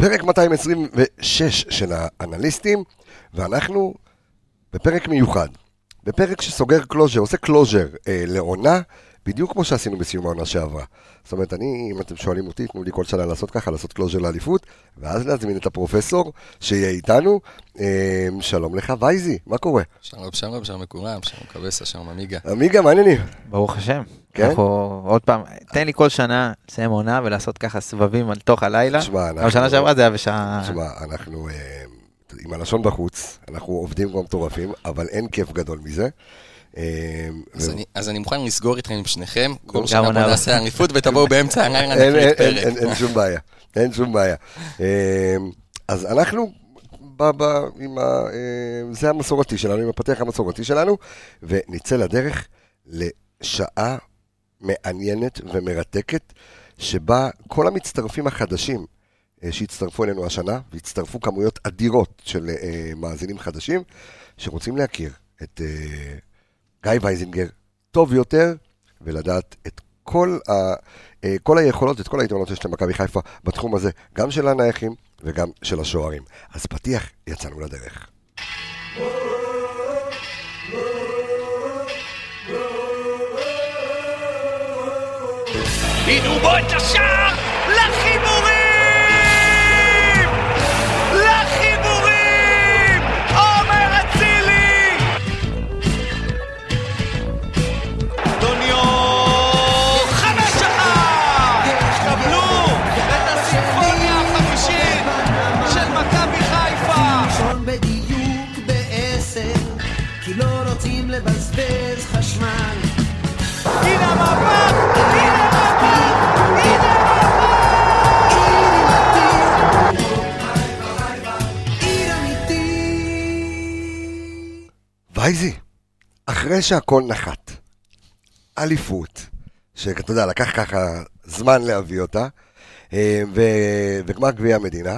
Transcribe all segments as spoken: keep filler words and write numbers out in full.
פרק מאתיים עשרים ושש של האנליסטים, ואנחנו בפרק מיוחד, בפרק שסוגר קלוז'ר, עושה קלוז'ר אה, לעונה, בדיוק כמו שעשינו בסיום העונה שעברה. זאת אומרת, אני, אם אתם שואלים אותי, תנו לי כל שנה לעשות ככה, לעשות קלוז'ר לאליפות, ואז להזמין את הפרופסור שיהיה איתנו. אה, שלום לך, וייזי, מה קורה? שלום, שלום, שלום לכולם, שלום קבסה, שלום אמיגה. אמיגה, מה העניינים? ברוך השם. כן? אנחנו עוד פעם, תן לי כל שנה לסיים עונה ולעשות ככה סבבים על תוך הלילה. תשמע, אנחנו... השנה שעברה זה היה בשעה... תשמע, אנחנו... אה, עם הלשון בחוץ, אנחנו עובדים כמו מטורפים, אבל אין כיף גדול מזה. אז אני מוכן לסגור איתכם עם שניכם, כל שנה בוא נעשה אליפות ותבואו באמצע הלילה נקליט פרק. אין שום בעיה, אין שום בעיה. אז אנחנו, זה המסורתי שלנו, עם הפתח המסורתי שלנו, ונצא לדרך לשעה מעניינת ומרתקת, שבה כל המצטרפים החדשים, שהצטרפו אלינו השנה, והצטרפו כמויות אדירות של uh, מאזינים חדשים, שרוצים להכיר את uh, גיא וייזינגר טוב יותר, ולדעת את כל, ה, uh, כל היכולות, את כל היתרונות שיש למכבי חיפה בתחום הזה, גם של הנייחים וגם של השוערים. אז פתיח, יצאנו לדרך. הנה בוא את השער לחיבורים! לבזבז חשמל. הנה המאבק! הנה המאבק! הנה המאבק! עיר אמיתי! וייזי, אחרי שהכל נחת, אליפות, שאתה יודע, לקח ככה זמן להביא אותה, ו- וגמר גביע המדינה,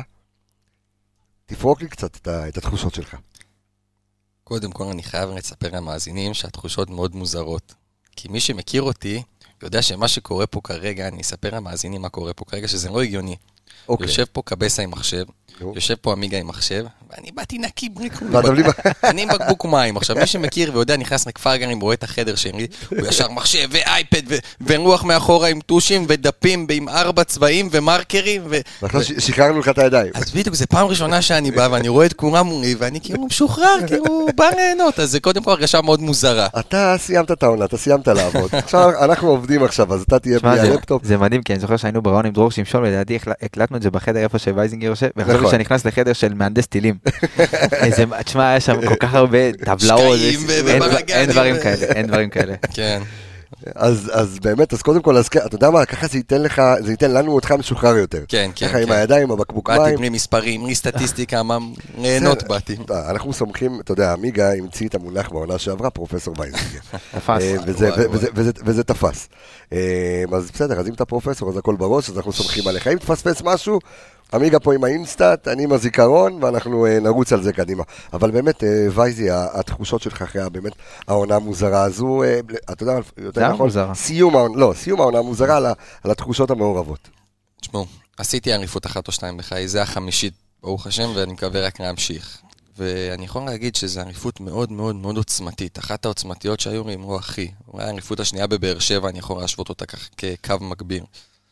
תפרוק לי קצת את, ה- את התחושות שלך. קודם כל אני חייב לספר למאזינים שהתחושות מאוד מוזרות. כי מי שמכיר אותי, יודע שמה שקורה פה כרגע, אני אספר למאזינים מה קורה פה כרגע, שזה לא הגיוני. Okay. יושב פה קבסה עם מחשב, okay. יושב פה אמיגה עם מחשב, ואני באתי נקי בריקו. אני עם בקבוק מים. עכשיו, מי שמכיר ויודע, נכנס לכפר גנים, רואה את החדר שלי, הוא ישר מחשב ואייפד ורוח מאחורה עם טושים ודפים עם ארבע צבעים ומרקרים. ואנחנו שחררנו לך את הידיים. אז בדיוק, זה פעם ראשונה שאני בא, ואני רואה את כולם מולי, ואני כאילו משוחרר, כאילו בא ליהנות. אז זה קודם כל הרגשה מאוד מוזרה. אתה סיימת את העונה, אתה סיימת לעבוד. עכשיו אנחנו עובדים עכשיו, אז אתה תהיה בלי הלפטופ. זה מדהים, כי אני זוכר שהיינו ברעיון עם דרור שמשול, ולדעתי הקלטנו את זה בחדר איפה שווייזינגר יושב, וחשבתי שאני נכנס לחדר של מהנדס טילים. תשמע, היה שם כל כך הרבה טבלאות, אין דברים כאלה, אין דברים כאלה. כן. אז, אז באמת, אז קודם כל, אז, אתה יודע מה, ככה זה ייתן לך, זה ייתן לנו אותך משוחרר יותר. כן, כן. ככה עם הידיים, הבקבוק מים. באתי בלי מספרים, בלי סטטיסטיקה, מה נהנות באתי. אנחנו סומכים, אתה יודע, אמיגה המציא את המונח בעונה שעברה, פרופסור וייזינגר. תפס. וזה תפס. אז בסדר, אז אם אתה פרופסור, אז הכל בראש, אז אנחנו סומכים עליך. אם תפספס משהו, אמיגה פה עם האינסטאט, אני עם הזיכרון, ואנחנו נרוץ על זה קדימה. אבל באמת, וייזי, התחושות שלך אחרי באמת העונה המוזרה הזו, אתה יודע, יותר נכון, סיום העונה, לא, סיום העונה המוזרה על התחושות המעורבות. תשמעו, עשיתי אליפות אחת או שתיים בחיי, זה החמישית, ברוך השם, ואני מקווה רק להמשיך. ואני יכול להגיד שזו אליפות מאוד מאוד מאוד עוצמתית, אחת העוצמתיות שהיו לי, אמרו אחי, אולי האליפות השנייה בבאר שבע, אני יכול להשוות אותה ככה כקו מקביל.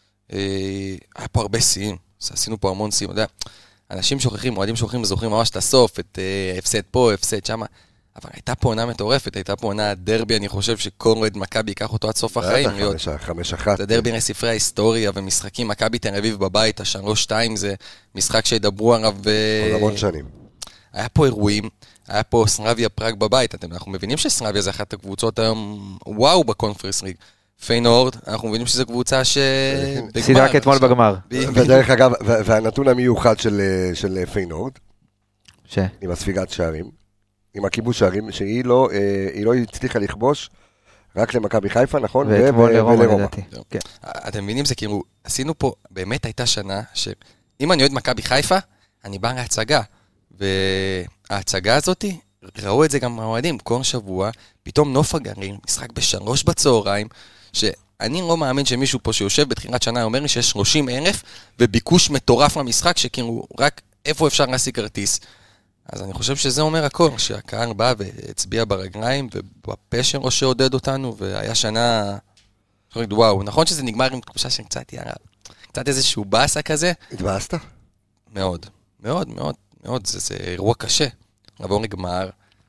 היה פה הרבה שיאים. עשינו פה המון סיום, אתה יודע, אנשים שוכחים, מועדים שוכחים וזוכרים ממש את הסוף, את uh, הפסד פה, הפסד שמה, אבל הייתה פה עונה מטורפת, הייתה פה עונה דרבי, אני חושב שכל אוהד מכבי ייקח אותו עד סוף החיים. חמש אחת. זה דרבי לספרי ההיסטוריה ומשחקים, מכבי תל אביב בבית, השלוש שתיים זה משחק שידברו עליו. עוד המון שנים. היה פה אירועים, היה פה סלאביה פראג בבית, אתם, אנחנו מבינים שסלאביה זה אחת הקבוצות היום, וואו, בקונפרנס ליג. פיינורד, אנחנו מבינים שזו קבוצה ש... סידה רק אתמול בגמר. ודרך אגב, והנתון המיוחד של פיינורד, ש? עם הספיגת שערים, עם הכיבוש שערים, שהיא לא הצליחה לכבוש רק למכבי חיפה, נכון? ואתמול לרומא לדעתי. אתם מבינים, זה כאילו, עשינו פה, באמת הייתה שנה, שאם אני אוהד מכבי חיפה, אני בא להצגה, וההצגה הזאת, ראו את זה גם מהאוהדים, כל שבוע, פתאום נוף הגרעין, משחק בשלוש בצהריים, אני לא מאמין שמישהו פה שיושב בתחילת שנה אומר לי שיש שלושים אלף וביקוש מטורף למשחק, שכאילו רק איפה אפשר להשיג כרטיס. אז אני חושב שזה אומר הכל, שהקהל בא והצביע ברגליים, ובפה שלו שעודד אותנו, והיה שנה... וואו, נכון שזה נגמר עם תחושה שקצת ירה, קצת איזשהו באסה כזה. התבאסת? מאוד. מאוד, מאוד, מאוד. זה, זה אירוע קשה. לעבור לגמר,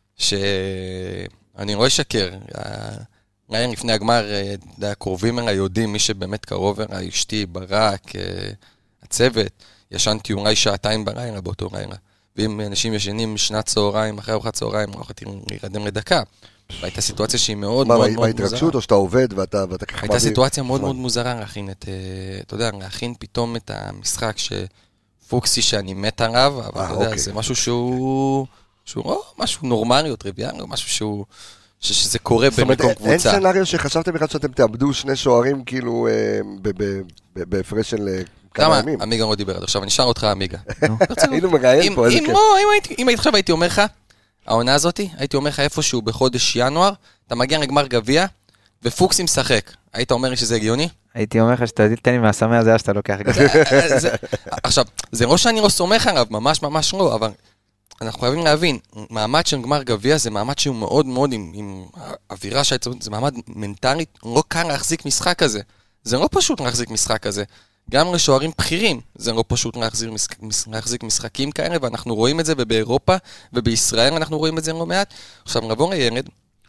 שאני לא אשקר. ראיין לפני הגמר, הקרובים אליי יודעים, מי שבאמת קרוב אליי, אשתי, ברק, הצוות, ישנתי אולי שעתיים בלילה באותו לילה. ואם אנשים ישנים שנת צהריים, אחרי ארוחת צהריים, לא יכולתי להירדם לדקה. והייתה סיטואציה שהיא מאוד מאוד מאוד מוזרה. בהתרגשות או שאתה עובד ואתה ככה... הייתה סיטואציה מאוד מאוד מוזרה להכין את, אתה יודע, להכין פתאום את המשחק שפוקסי שאני מת עליו, אבל אתה יודע, זה משהו שהוא, שהוא לא משהו נורמלי או טריוויאלי, או משהו שהוא, שזה קורה במקום קבוצה. אין סנריו שחשבתם בכלל שאתם תאבדו שני שוערים כאילו בהפרש של כמה ימים? אמיגה לא דיבר עד עכשיו, אני אשאר אותך אמיגה. היינו מראיין פה, איזה כיף. אם עכשיו הייתי אומר לך, העונה הזאת, הייתי אומר לך איפשהו בחודש ינואר, אתה מגיע לגמר גביע, ופוקסי משחק. היית אומר לי שזה הגיוני? הייתי אומר לך שאתה תן לי מהסמי הזה, שאתה לוקח גביע. עכשיו, זה לא שאני לא סומך עליו, ממש ממש לא, אבל אנחנו חייבים להבין, מעמד של גמר גביע זה מעמד שהוא מאוד מאוד עם אווירה שהייצרות, זה מעמד מנטלית, לא קל להחזיק משחק כזה. זה לא פשוט להחזיק משחק כזה. גם לשוערים בכירים, זה לא פשוט להחזיק, להחזיק משחקים כאלה, ואנחנו רואים את זה, ובאירופה ובישראל אנחנו רואים את זה לא מעט. עכשיו, נעבור לילד,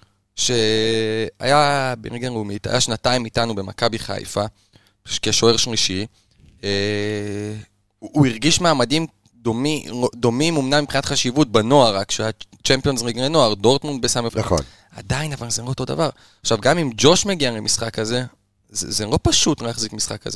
שהיה בליגה לאומית, היה שנתיים איתנו במכבי חיפה, כשוער שלישי, אה, הוא, הוא הרגיש מעמדים דומי, דומים אומנם מבחינת חשיבות בנוער, רק שהיה צ'מפיונס ליג לנוער, דורטמונד בסמי... נכון. עדיין, אבל זה לא אותו דבר. עכשיו, גם אם ג'וש מגיע למשחק הזה, זה, זה לא פשוט להחזיק משחק כזה.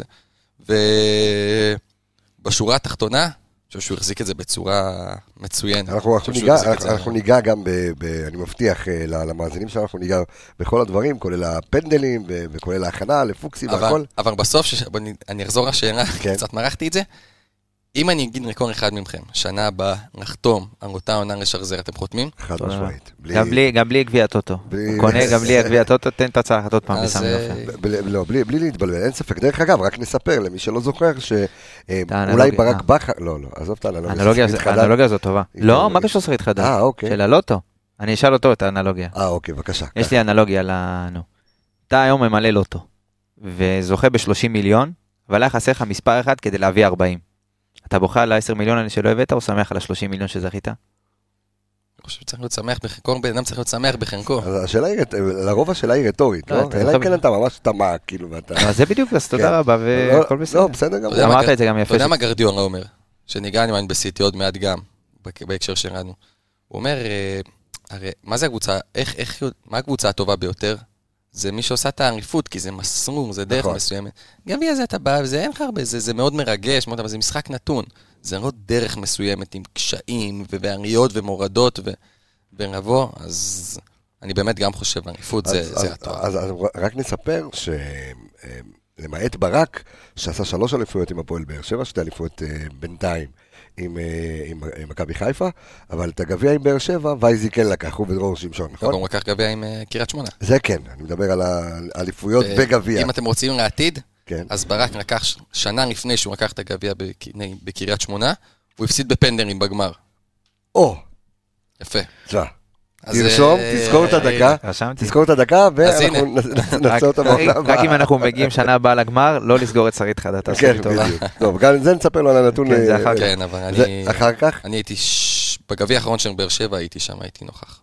ובשורה התחתונה, אני חושב שהוא החזיק את זה בצורה מצוינת. אנחנו, אנחנו, ניגע, אנחנו, אנחנו ניגע גם, ב, ב, אני מבטיח למאזינים שלנו, אנחנו ניגע בכל הדברים, כולל הפנדלים וכולל ההכנה לפוקסי והכל. אבל בסוף, אני, אני אחזור לשאלה, כן. קצת מרחתי את זה, אם אני אגיד לכל אחד מכם, שנה הבאה נחתום על אותה עונה לשחזר, אתם חותמים? חד משמעית. גם בלי גביע טוטו. קונה גם בלי גביע טוטו, תן את הצלחת עוד פעם בסמי יפה. לא, בלי להתבלבל, אין ספק. דרך אגב, רק נספר למי שלא זוכר, שאולי ברק בכר, לא, לא, עזוב את האנלוגיה. האנלוגיה הזאת טובה. לא, מה קשור שחית חדש? אה, אוקיי. של הלוטו. אני אשאל אותו את האנלוגיה. אה, אוקיי, בבקשה. יש לי אנלוגיה לנו. אתה היום ממלא לוטו, וזוכה ב-שלושים מיליון, אבל היה חסר לך מספר אחד כדי להביא ארבעים. אתה בוכה על ה-עשרה מיליון שלא הבאת, או שמח על ה-שלושים מיליון שזכית? אני חושב שצריך להיות שמח בחנקו, בן אדם צריך להיות שמח בחנקו. אז השאלה היא, לרוב השאלה היא רטורית, לא? אלא אם כן אתה ממש תמה, כאילו, ואתה... זה בדיוק, אז תודה רבה, והכל בסדר. לא, בסדר גם. אמרת את זה גם יפה. אתה יודע מה גרדיולה אומר? שניגע אני מאמין בסיטי עוד מעט גם, בהקשר שלנו. הוא אומר, הרי, מה זה הקבוצה, איך, מה הקבוצה הטובה ביותר? זה מי שעושה את העריפות, כי זה מסרור, זה דרך מסוימת. גביע זה אתה בא, וזה אין לך הרבה, זה, זה מאוד מרגש, מאוד, אבל זה משחק נתון. זה לא דרך מסוימת עם קשיים ובעריות ומורדות ולבוא, אז אני באמת גם חושב, העריפות זה, זה הטוב. אז, אז רק נספר שלמעט ברק, שעשה שלוש אליפויות עם הפועל באר שבע, שתי אליפויות בינתיים עם, עם, עם מכבי חיפה, אבל את הגביע עם באר שבע, וייזי כן לקח, הוא ודרור שמשון, נכון? הוא לקח גביע עם קריית שמונה. זה כן, אני מדבר על האליפויות בגביע. אם אתם רוצים לעתיד, כן. אז ברק לקח שנה לפני שהוא לקח את הגביע בקריית שמונה, הוא הפסיד בפנדלים בגמר. או. יפה. תשמע. תרשום, תזכור את הדקה, תזכור את הדקה, ואנחנו נעשה אותה בעולם. רק אם אנחנו מגיעים שנה הבאה לגמר, לא לסגור את שרית חדה, תעשו לי טובה. טוב, גם זה נספר לו על הנתון. כן, אבל אני... אחר כך? אני הייתי, בגביע האחרון של באר שבע הייתי שם, הייתי נוכח.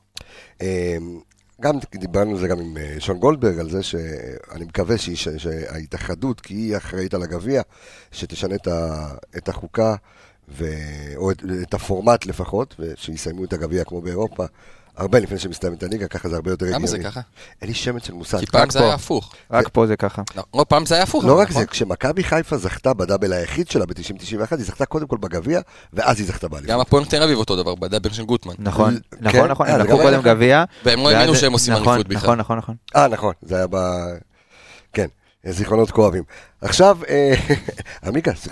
גם דיברנו על זה גם עם שון גולדברג, על זה שאני מקווה שההתאחדות, כי היא אחראית על הגביע, שתשנה את החוקה, או את הפורמט לפחות, ושיסיימו את הגביע כמו באירופה, הרבה לפני שמסתיים את הליגה, ככה זה הרבה יותר הגיוני. למה זה ככה? אין לי שמץ של מושג. כי פעם זה היה הפוך. רק פה זה ככה. לא, פעם זה היה הפוך. לא רק זה, כשמכבי חיפה זכתה בדאבל היחיד שלה ב-תשעים תשעים ואחת, היא זכתה קודם כל בגביע, ואז היא זכתה באליפות. גם הפועל תל אביב אותו דבר, בדאבל של גוטמן. נכון, נכון, נכון. לקחו קודם גביע. והם לא האמינו שהם עושים אליפות בכלל. נכון, נכון, נכון. אה, נכון, זה היה ב... כן, זיכרונות כואבים. עכשיו, עמיקה,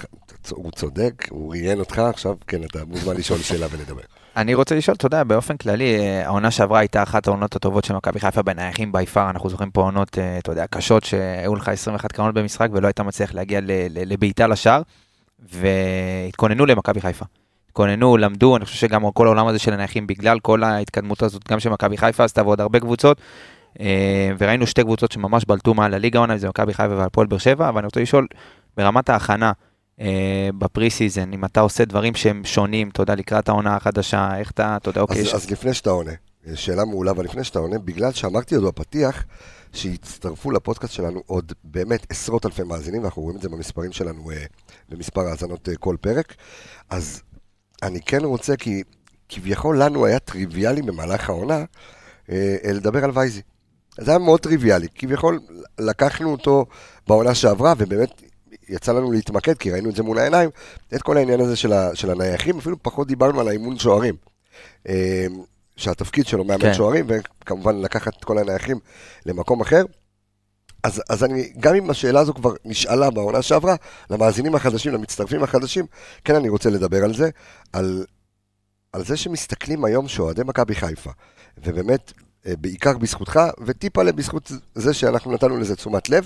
הוא צודק, הוא ראיין אותך, עכשיו כן, אתה מוזמן לשאול שאלה ולדבר. אני רוצה לשאול, אתה יודע, באופן כללי, העונה שעברה הייתה אחת העונות הטובות של מכבי חיפה בנייחים ביפר, אנחנו זוכרים פה עונות, אתה יודע, קשות, שהיו לך עשרים ואחת קרנות במשחק, ולא היית מצליח להגיע לביתה לשער, והתכוננו למכבי חיפה. התכוננו, למדו, אני חושב שגם כל העולם הזה של הנייחים, בגלל כל ההתקדמות הזאת, גם של מכבי חיפה, עשתה ועוד הרבה קבוצות, וראינו שתי קבוצות שממש בלטו מעל הליגה העונה, זה מכבי חיפה והפועל באר שבע, אבל אני רוצה לשאול, ברמת ההכנה, בפרי סיזן, אם אתה עושה דברים שהם שונים, אתה יודע, לקראת העונה החדשה, איך אתה, אתה יודע, אוקיי. אז לפני שאתה עונה, שאלה מעולה, אבל לפני שאתה עונה, בגלל שאמרתי עוד בפתיח, שהצטרפו לפודקאסט שלנו עוד באמת עשרות אלפי מאזינים, ואנחנו רואים את זה במספרים שלנו, במספר האזנות כל פרק, אז אני כן רוצה, כי כביכול לנו היה טריוויאלי במהלך העונה, לדבר על וייזי. זה היה מאוד טריוויאלי, כביכול לקחנו אותו בעונה שעברה, ובאמת יצא לנו להתמקד, כי ראינו את זה מול העיניים, את כל העניין הזה של, ה, של הנייחים, אפילו פחות דיברנו על האימון שוערים, שהתפקיד שלו מאמן שוערים, וכמובן לקחת את כל הנייחים למקום אחר. אז, אז אני, גם אם השאלה הזו כבר נשאלה בעונה שעברה, למאזינים החדשים, למצטרפים החדשים, כן אני רוצה לדבר על זה, על, על זה שמסתכלים היום שאוהדי מכבי חיפה, ובאמת, בעיקר בזכותך, וטיפה לבזכות זה שאנחנו נתנו לזה תשומת לב,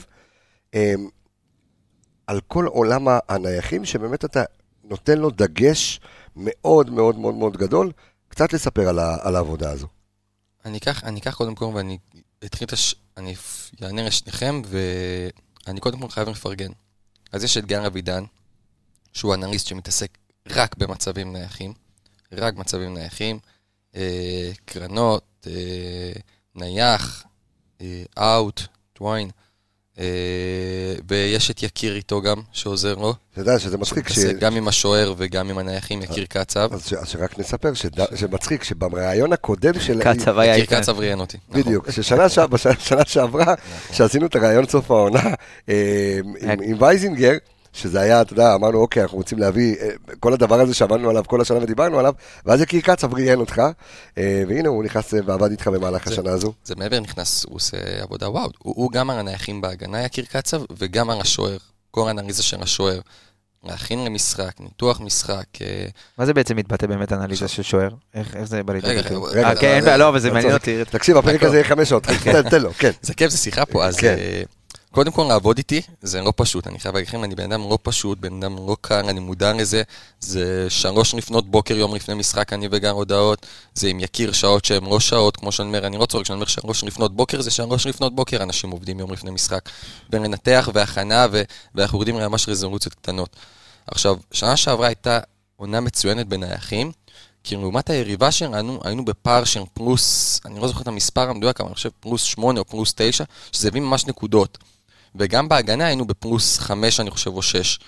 על כל עולם הנייחים, שבאמת אתה נותן לו דגש מאוד מאוד מאוד מאוד גדול, קצת לספר על, ה, על העבודה הזו. אני אקח, אני אקח קודם כל, ואני אתחיל את הש... אני אענה לשניכם, ואני קודם כל חייב לפרגן. אז יש את גן אבידן, שהוא אנליסט שמתעסק רק במצבים נייחים, רק במצבים נייחים, אה, קרנות, אה, נייח, אה, אאוט, טוויין, Uh, ויש את יקיר איתו גם, שעוזר לו. אתה יודע שזה מצחיק. ש... גם עם השוער וגם עם הנייחים, יקיר קצב. אז, ש... אז שרק נספר שד... שמצחיק, שבראיון הקודם של... קצב היה יקיר קצב ראיין אותי. בדיוק, נכון. ששנה שע... בשנה שעברה, שעשינו את הרעיון סוף העונה, עם, עם וייזינגר, שזה היה, אתה יודע, אמרנו, אוקיי, אנחנו רוצים להביא כל הדבר הזה שעבדנו עליו כל השנה ודיברנו עליו, ואז יקיר קצב ראיין אותך, והנה הוא נכנס ועבד איתך במהלך השנה הזו. זה מעבר נכנס, הוא עושה עבודה, וואו, הוא גם על הנייחים בהגנה, יקיר קצב, וגם על השוער, כל האנליזה של השוער, להכין למשחק, ניתוח משחק. מה זה בעצם מתבטא באמת אנליזה של שוער? איך זה בא לידי ביטוי? רגע, כן, לא, אבל זה מעניין אותי. תקשיב, הפרק הזה יהיה חמש שעות, תן לו, כן. זה כיף, זה שיחה פה, אז... קודם כל לעבוד איתי, זה לא פשוט, אני חייב להגיד לכם, אני בן אדם לא פשוט, בן אדם לא קר, אני מודע לזה, זה שלוש לפנות בוקר, יום לפני משחק, אני וגם הודעות, זה עם יקיר שעות שהן לא שעות, כמו שאני אומר, אני לא צורק, כשאני אומר שלוש לפנות בוקר, זה שלוש לפנות בוקר, אנשים עובדים יום לפני משחק, ולנתח והכנה, ואנחנו יורדים ממש רזולוציות קטנות. עכשיו, שנה שעברה הייתה עונה מצוינת בנייחים, כי לעומת היריבה שלנו, היינו בפער של פלוס, אני לא זוכר את המספר המדויק, אבל אני חושב פלוס שמונה או פלוס תשע, שזה הביא ממש נקודות. וגם בהגנה היינו בפלוס חמש, אני חושב, או שש,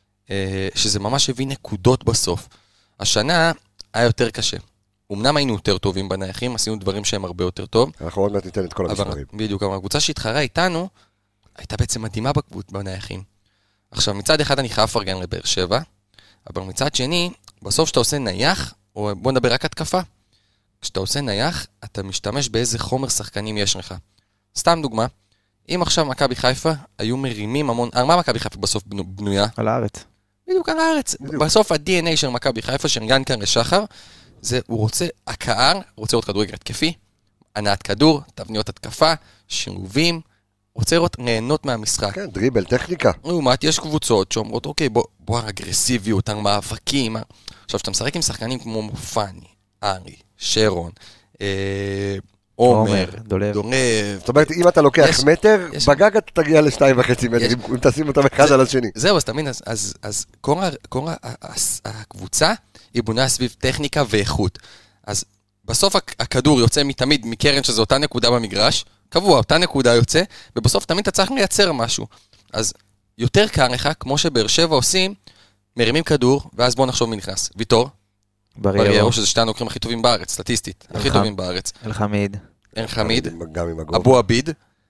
שזה ממש הביא נקודות בסוף. השנה היה יותר קשה. אמנם היינו יותר טובים בנייחים, עשינו דברים שהם הרבה יותר טוב. אנחנו עוד מעט ניתן את כל המספרים. בדיוק, אבל הקבוצה שהתחרה איתנו, הייתה בעצם מדהימה בנייחים. עכשיו, מצד אחד אני חייב לפרגן לבאר שבע, אבל מצד שני, בסוף שאתה עושה נייח, או בוא נדבר רק התקפה, כשאתה עושה נייח, אתה משתמש באיזה חומר שחקנים יש לך. סתם דוגמה, אם עכשיו מכבי חיפה היו מרימים המון, על מה מכבי חיפה בסוף בנויה? על הארץ. בדיוק על הארץ. בדיוק. בסוף ה-די אן איי של מכבי חיפה, שארגן כאן לשחר, זה, הוא רוצה, הקהל, רוצה לראות כדורגל התקפי, הנעת כדור, תבניות התקפה, שילובים, רוצה לראות נהנות מהמשחק. כן, דריבל, טכניקה. לעומת, יש קבוצות שאומרות, אוקיי, בוא, בוא אגרסיביות, על מאבקים. עכשיו, שאתה משחק עם שחקנים כמו מופני, ארי, שרון, אה... עומר, דולב. זאת אומרת, אם אתה לוקח מטר, בגג אתה תגיע לשתיים וחצי מטר, אם תשים אותם אחד על השני. זהו, אז תמיד, אז כל הקבוצה היא בונה סביב טכניקה ואיכות. אז בסוף הכדור יוצא מתמיד מקרן, שזו אותה נקודה במגרש, קבוע, אותה נקודה יוצא, ובסוף תמיד אתה צריך לייצר משהו. אז יותר קר לך, כמו שבאר שבע עושים, מרימים כדור, ואז בוא נחשוב מי נכנס. ויטור, בריירו, שזה שתי הנוקרים הכי טובים בארץ, סטטיסטית, הכי טובים בארץ. אלחמיד. אלחמיד, אבו עביד,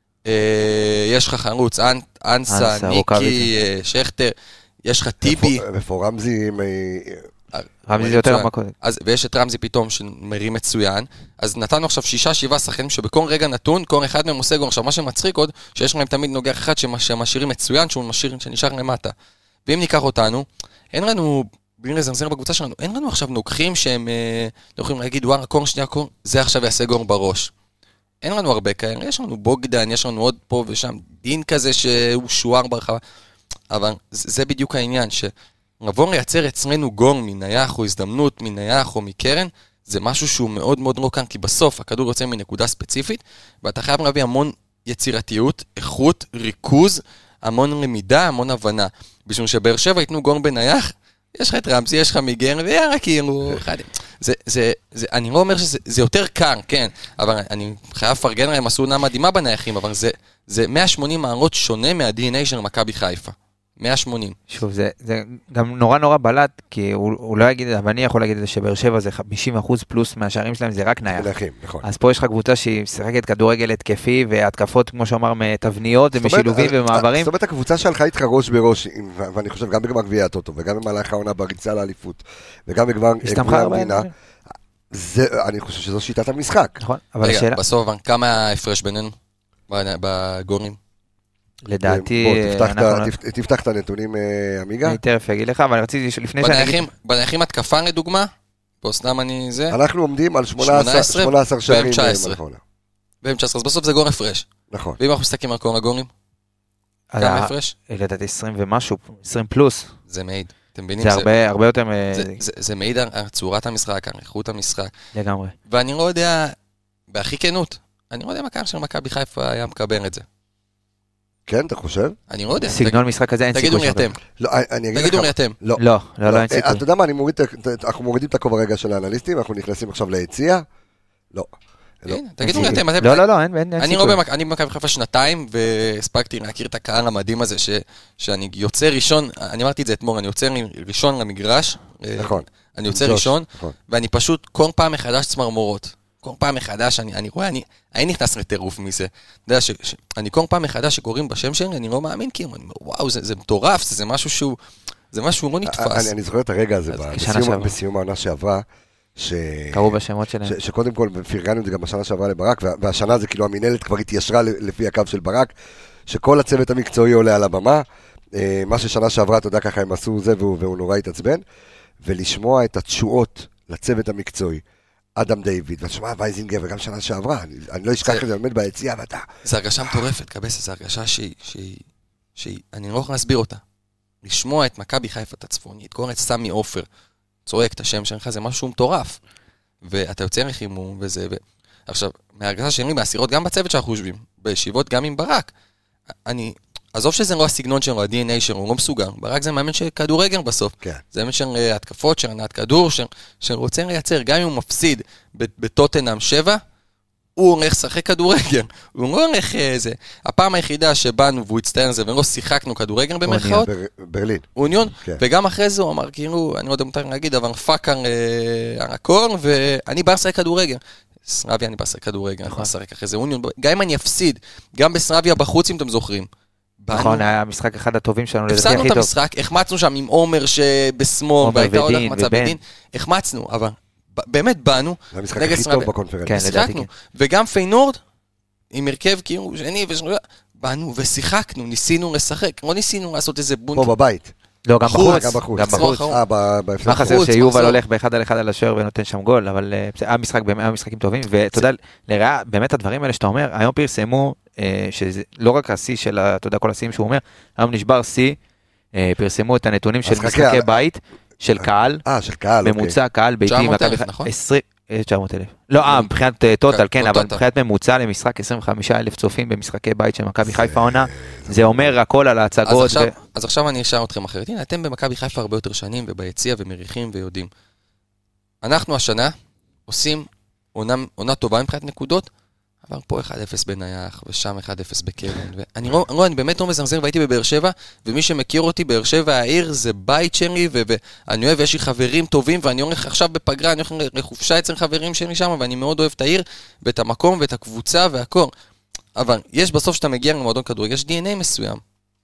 יש לך חרוץ, אנסה, ניקי, שכטר, יש לך טיבי. איפה רמזי? רמזי זה יותר מקום. ויש את רמזי פתאום שמרים מצוין, אז נתנו עכשיו שישה, שבעה שחקנים שבכל רגע נתון, כל אחד מהם עושה גול. עכשיו מה שמצחיק עוד, שיש להם תמיד נוגח אחד שמשאירים מצוין, שהוא משאיר שנשאר למטה. ואם ניקח אותנו, אין לנו, בלי לזרזר בקבוצה שלנו, אין לנו עכשיו נוקחים שהם לא יכולים להגיד, ווארה, קור שנייה קור, זה עכשיו יעשה גור בראש. אין לנו הרבה כאלה, יש לנו בוגדן, יש לנו עוד פה ושם, דין כזה שהוא שוער ברחבה, אבל זה בדיוק העניין, שרבון לייצר אצלנו גור מנייח או הזדמנות מנייח או מקרן, זה משהו שהוא מאוד מאוד לא כאן, כי בסוף הכדור יוצא מנקודה ספציפית, ואתה חייב להביא המון יצירתיות, איכות, ריכוז, המון למידה, המון הבנה. בשביל שבאר שבע ייתנו גור בנייח, יש לך את רמזי, יש לך מיגר, ויאללה, כאילו, זה, זה, זה, אני לא אומר שזה יותר קר, כן, אבל אני חייב לפרגן להם, עשו עונה מדהימה בנייחים, אבל זה, זה מאה ושמונים מעלות שונה מה-די אן איי של מכבי חיפה. מאה ושמונים. שוב, זה, זה גם נורא נורא בלט, כי הוא, הוא לא יגיד את זה, אבל אני יכול להגיד את זה שבאר שבע זה חמישים אחוז פלוס מהשערים שלהם, זה רק נייח. נייחים, נכון. אז פה יש לך קבוצה שהיא משחקת כדורגל התקפי, והתקפות, כמו שאמר, מתבניות ומשילובים ומעברים. זאת אומרת, הקבוצה שהלכה איתך ראש בראש, ואני חושב גם בגמר גביע הטוטו, וגם במהלך העונה בריצה לאליפות, וגם בגמר גביע המדינה, אני חושב שזו שיטת המשחק. נכון, אבל השאלה... בסוף, כמה ההפרש בינינו בגורים? לדעתי... תפתח את הנתונים, עמיגה. אני תרף אגיד לך, אבל רציתי לפני שאני אגיד... בנייחים התקפה לדוגמה, פה סתם אני זה... אנחנו עומדים על שמונה עשרה שערים. ב-תשע עשרה. ב-תשע עשרה, אז בסוף זה גור הפרש. נכון. ואם אנחנו מסתכלים על כל הגורים, כמה הפרש? לדעתי עשרים ומשהו, עשרים פלוס. זה מעיד. אתם מבינים? זה הרבה יותר... זה מעיד על צורת המשחק, על איכות המשחק. לגמרי. ואני לא יודע, בהכי כנות, אני לא יודע מה קרה של מכבי חיפה היה מקבל את זה. כן, אתה חושב? אני לא יודע. סגנון משחק הזה אין סיכוי. תגידו מי אתם. תגידו מי אתם. לא, לא, לא, אין סיכוי. אתה יודע מה, אנחנו מורידים את הכובע רגע של האנליסטים, אנחנו נכנסים עכשיו ליציאה. לא. תגידו מי אתם. לא, לא, לא, אין סיכוי. אני במכבי חיפה שנתיים, והספקתי להכיר את הקהל המדהים הזה, שאני יוצא ראשון, אני אמרתי את זה אתמול, אני יוצא ראשון למגרש. נכון. אני יוצא ראשון, ואני פשוט כל פעם מחדש צמרמורות. כל פעם מחדש, אני, אני רואה, אני, אני נכנס לטירוף מזה. אתה יודע, ש, ש, אני כל פעם מחדש שקוראים בשם שלי, אני לא מאמין, כי אני אומר, וואו, זה, זה מטורף, זה, זה משהו שהוא, זה משהו לא נתפס. אני, אני זוכר את הרגע הזה, בסיום, בסיום העונה שעברה, ש... קראו בשמות שלהם. ש, שקודם כל, פרגנו את זה גם בשנה שעברה לברק, והשנה זה כאילו המנהלת כבר התיישרה לפי הקו של ברק, שכל הצוות המקצועי עולה על הבמה, מה ששנה שעברה, אתה יודע, ככה הם עשו זה, והוא, והוא נורא התעצבן, ולשמוע את התשואות לצוות המקצועי. אדם דיוויד, ואתה שומע וייזינגר, וגם שנה שעברה, אני, אני לא אשכח את זה, עומד ביציאה, ואתה... זה הרגשה מטורפת, קבסה, זה הרגשה שהיא, שהיא, שהיא, אני לא יכול להסביר אותה. לשמוע את מכבי חיפה את הצפונית, קורא את סמי עופר, צועק את השם שלך, זה משהו מטורף. ואתה יוצא לחימום, וזה, ו... עכשיו, מההרגשה שלי, מהסירות, גם בצוות שאנחנו יושבים, בישיבות, גם עם ברק, אני... עזוב שזה לא הסגנון שלו, ה-די אן איי שלו, הוא לא מסוגר. ברק זה מאמן של כדורגל בסוף. כן. זה מאמן של התקפות, של ענת כדור, של רוצה לייצר, גם אם הוא מפסיד בטוטנהאם שבע, הוא הולך לשחק כדורגל. הוא לא הולך איזה... הפעם היחידה שבאנו והוא הצטיין על זה, ולא שיחקנו כדורגל במרכאות. ברלין. אוניון. וגם אחרי זה הוא אמר, כאילו, אני לא יודע מותר להגיד, אבל פאק על הכל, ואני בא לשחק כדורגל. סרביה אני בא לשחק כדורגל, אני בא לשחק אחרי זה אוניון. גם אם אני אפסיד, גם בסרביה בחוץ, אם אתם זוכרים. נכון, היה המשחק אחד הטובים שלנו. הפסדנו את המשחק, החמצנו שם עם עומר שבשמאל, והייתה עוד מצב בדין, החמצנו, אבל באמת באנו, זה המשחק הכי טוב בקונפרנס. שיחקנו, וגם פיינורד, עם הרכב כאילו שני ושני, באנו ושיחקנו, ניסינו לשחק, לא ניסינו לעשות איזה בונט. פה בבית. לא, גם בחוץ. גם בחוץ. גם בחוץ. מה חסר שיובל הולך באחד על אחד על השוער ונותן שם גול, אבל המשחק באמת, המשחקים טובים, ותודה לרעה, באמת הדברים האלה שאתה אומר, היום פרסמו, שזה לא רק השיא של, אתה יודע, כל השיאים שהוא אומר, היום נשבר שיא, פרסמו את הנתונים של משחקי בית, של קהל, של קהל, ממוצע קהל ביתי, תשע מאות אלף, נכון? תשע מאות אלף. לא, אה, מבחינת טוטל, כן, אבל מבחינת ממוצע למשחק עשרים וחמישה אלף צופים במשחקי בית של מכבי חיפה עונה, זה אומר הכל על ההצגות. אז עכשיו אני אשאר אתכם אחרת. הנה, אתם במכבי חיפה הרבה יותר שנים, וביציע ומריחים ויודעים. אנחנו השנה עושים עונה טובה מבחינת נקודות, אבל פה אחד אפס בנייח, ושם אחד אפס בקרן. ואני רואה, אני באמת לא מזמזם, והייתי בבאר שבע, ומי שמכיר אותי, באר שבע העיר, זה בית שלי, ואני אוהב, יש לי חברים טובים, ואני הולך עכשיו בפגרה, אני הולך לחופשה אצל חברים שלי שם, ואני מאוד אוהב את העיר, ואת המקום, ואת הקבוצה, והכל. אבל יש בסוף שאתה מגיע למועדון כדורגל, יש די אן איי מסוים.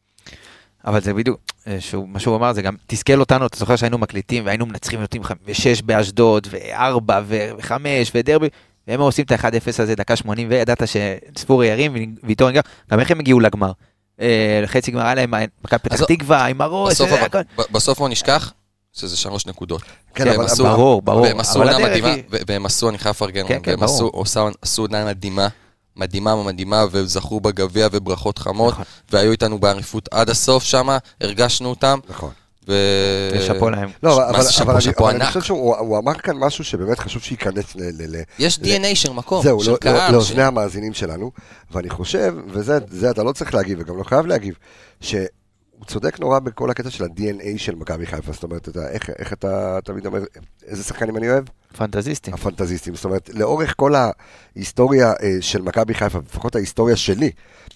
אבל זה בדיוק, מה שהוא אמר, זה גם תסכל אותנו, אתה זוכר שהיינו מקליטים, והיינו מנצחים נותנים ושש באשדוד, וארבע, וחמש, ודרבי, והם עושים את ה-אחד אפס הזה, דקה שמונים, וידעת שספורי ירים, ואיתו רגע, גם איך הם הגיעו לגמר? חצי גמר עליהם, מכבי פתח תקווה, עם הראש, בסוף לא נשכח, שזה שלוש נקודות. ברור, ברור. והם עשו עונה מדהימה, והם עשו, אני חייב לפרגן, והם עשו עונה מדהימה, מדהימה מדהימה, וזכו בגביע וברכות חמות, והיו איתנו בעריפות עד הסוף שם, הרגשנו אותם. נכון. ושפו להם. לא, אבל אני חושב שהוא אמר כאן משהו שבאמת חשוב שייכנס ל... יש די אן איי של מקום, זהו, לאוזני המאזינים שלנו, ואני חושב, וזה אתה לא צריך להגיב, וגם לא חייב להגיב, שהוא צודק נורא בכל הקטע של ה-די אן איי של מכבי חיפה, זאת אומרת, איך אתה תמיד אומר, איזה שחקנים אני אוהב? פנטזיסטים. הפנטזיסטים, זאת אומרת, לאורך כל ההיסטוריה של מכבי חיפה, לפחות ההיסטוריה שלי,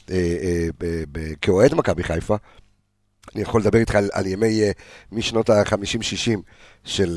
כאוהד מכבי חיפה, אני יכול לדבר איתך על, על ימי משנות ה-חמישים שישים של,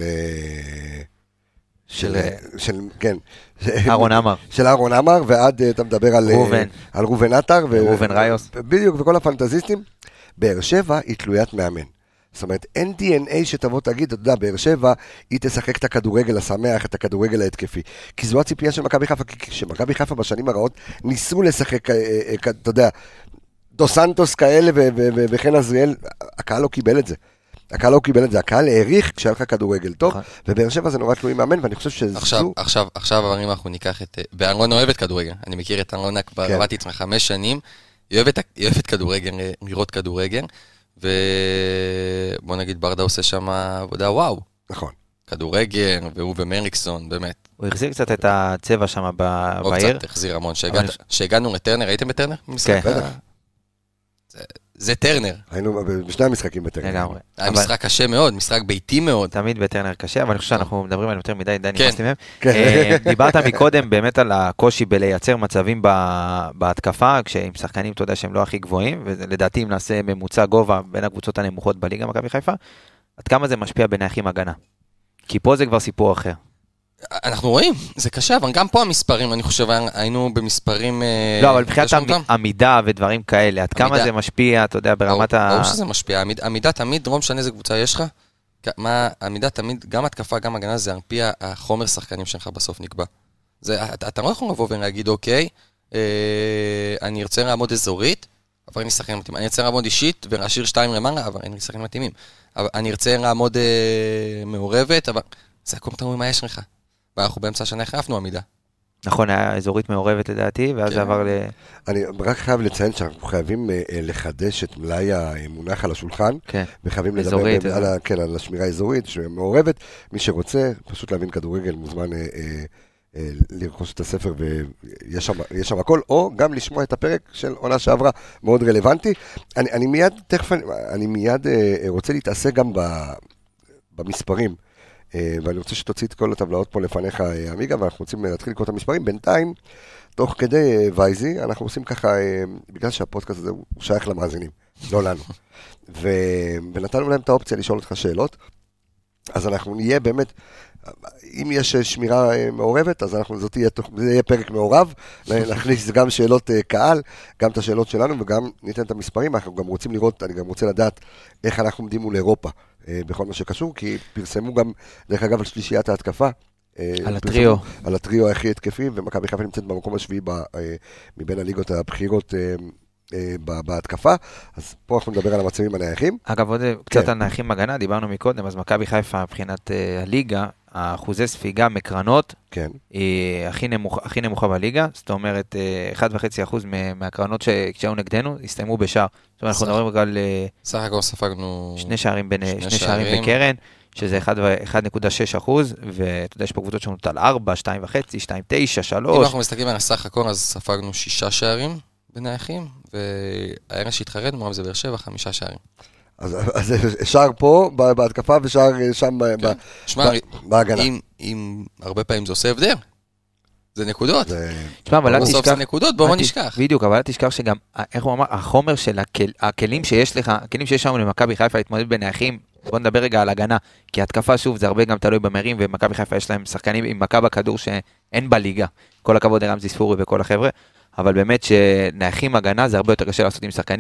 של, של, של, כן. אהרון אמר. של אהרון אמר, ועד אתה מדבר על רובן. על רובן עטר. רובן ריוס. בדיוק, וכל הפנטזיסטים. באר שבע היא תלוית מאמן. זאת אומרת, אין די אן איי שתבוא תגיד, אתה יודע, באר שבע היא תשחק את הכדורגל השמח, את הכדורגל ההתקפי. כי זו הציפייה של מכבי חיפה, כי שמכבי חיפה בשנים הרעות ניסו לשחק, אתה יודע, דו סנטוס כאלה וכן עזריאל, הקהל לא קיבל את זה. הקהל לא קיבל את זה, הקהל העריך כשהיה לך כדורגל טוב, ובאר שבע זה נורא תלוי מאמן, ואני חושב שזו... עכשיו, עכשיו, עכשיו, אבל אם אנחנו ניקח את... ואלרון אוהבת כדורגל, אני מכיר את אלרונה כבר, עבדתי איתך חמש שנים, היא אוהבת כדורגל, לראות כדורגל, ובוא נגיד ברדה עושה שם עבודה וואו. נכון. כדורגל, והוא ומריקסון, באמת. הוא החזיר קצת את הצבע שם בעיר. הוא קצת החזיר המון, שהגענו לטרנר, הייתם בטרנר? כן. זה טרנר. היינו בשני המשחקים בטרנר. לגמרי. היה משחק קשה מאוד, משחק ביתי מאוד. תמיד בטרנר קשה, אבל אני חושב שאנחנו מדברים על יותר מדי, די נמאסתי מהם. דיברת מקודם באמת על הקושי בלייצר מצבים בהתקפה, כשעם שחקנים אתה יודע שהם לא הכי גבוהים, ולדעתי אם נעשה ממוצע גובה בין הקבוצות הנמוכות בליגה מכבי חיפה, עד כמה זה משפיע בנייחים הגנה. כי פה זה כבר סיפור אחר. אנחנו רואים, זה קשה, אבל גם פה המספרים, אני חושב, היינו במספרים... לא, אבל מבחינת עמידה ודברים כאלה, עד כמה זה משפיע, אתה יודע, ברמת ה... ברור שזה משפיע, עמידה תמיד, לא משנה איזה קבוצה יש לך, עמידה תמיד, גם התקפה, גם הגנה, זה על פי החומר שחקנים שלך בסוף נקבע. אתה לא יכול לבוא ולהגיד, אוקיי, אני ארצה לעמוד אזורית, אבל אין לי שחקנים מתאימים. אני ארצה לעמוד אישית ולהשאיר שתיים למעלה, אבל אין לי שחקנים מתאימים. אני ארצה לעמוד מעורבת, אבל זה הכל תלוי מה יש לך. ואנחנו באמצע השנה החלפנו עמידה. נכון, היה אזורית מעורבת לדעתי, ואז זה עבר ל... אני רק חייב לציין שאנחנו חייבים לחדש את מלאי המונח על השולחן, וחייבים לדבר על השמירה האזורית, שמעורבת. מי שרוצה, פשוט להבין כדורגל, מוזמן לרכוש את הספר, ויש שם הכל, או גם לשמוע את הפרק של עונה שעברה, מאוד רלוונטי. אני מיד, תכף, אני מיד רוצה להתעסק גם במספרים, ואני רוצה שתוציא את כל הטבלאות פה לפניך, עמיגה, ואנחנו רוצים להתחיל לקרוא את המספרים. בינתיים, תוך כדי וייזי, אנחנו עושים ככה, בגלל שהפודקאסט הזה הוא שייך למאזינים, לא לנו. ונתנו להם את האופציה לשאול אותך שאלות, אז אנחנו נהיה באמת, אם יש שמירה מעורבת, אז אנחנו, זאת יהיה, זה יהיה פרק מעורב, נכניס גם שאלות קהל, גם את השאלות שלנו, וגם ניתן את המספרים. אנחנו גם רוצים לראות, אני גם רוצה לדעת איך אנחנו עומדים מול אירופה, בכל מה שקשור, כי פרסמו גם, דרך אגב, על שלישיית ההתקפה. על הטריו. על הטריו הכי התקפי, ומכבי חיפה נמצאת במקום השביעי מבין הליגות הבכירות בהתקפה. אז פה אנחנו נדבר על המצבים הנייחים. אגב, עוד קצת על נייחים הגנה, דיברנו מקודם, אז מכבי חיפה מבחינת הליגה, האחוזי ספיגה מקרנות, היא הכי נמוכה בליגה, זאת אומרת, אחד וחצי אחוז מהקרנות שהיו נגדנו, הסתיימו בשער. זאת אומרת, אנחנו מדברים על... סך הכל ספגנו... שני שערים בקרן, שזה אחד נקודה שש אחוז, ואתה יודע, יש פה קבוצות שעונות על ארבע, שתיים וחצי, שתיים, תשע, שלוש. אם אנחנו מסתכלים על הסך הכל, אז ספגנו שישה שערים בנייחים, והערב שהתחרד, מרם זה באר שבע, חמישה שערים. אז שער פה, בהתקפה, ושער שם בהגנה. אם הרבה פעמים זה עושה הבדל, זה נקודות. תשמע, אבל לא תשכח. זה נקודות, בואו נשכח. בדיוק, אבל לא תשכח שגם, איך הוא אמר, החומר של הכלים שיש לך, הכלים שיש שם למכבי חיפה להתמודד בנייחים, בוא נדבר רגע על הגנה, כי התקפה שוב זה הרבה גם תלוי במרים, ומכבי חיפה יש להם שחקנים עם מכה בכדור שאין בליגה. כל הכבוד לרמזי ספורי וכל החבר'ה, אבל באמת שנייחים הגנה זה הרבה יותר קשה לעשות עם שחקנים,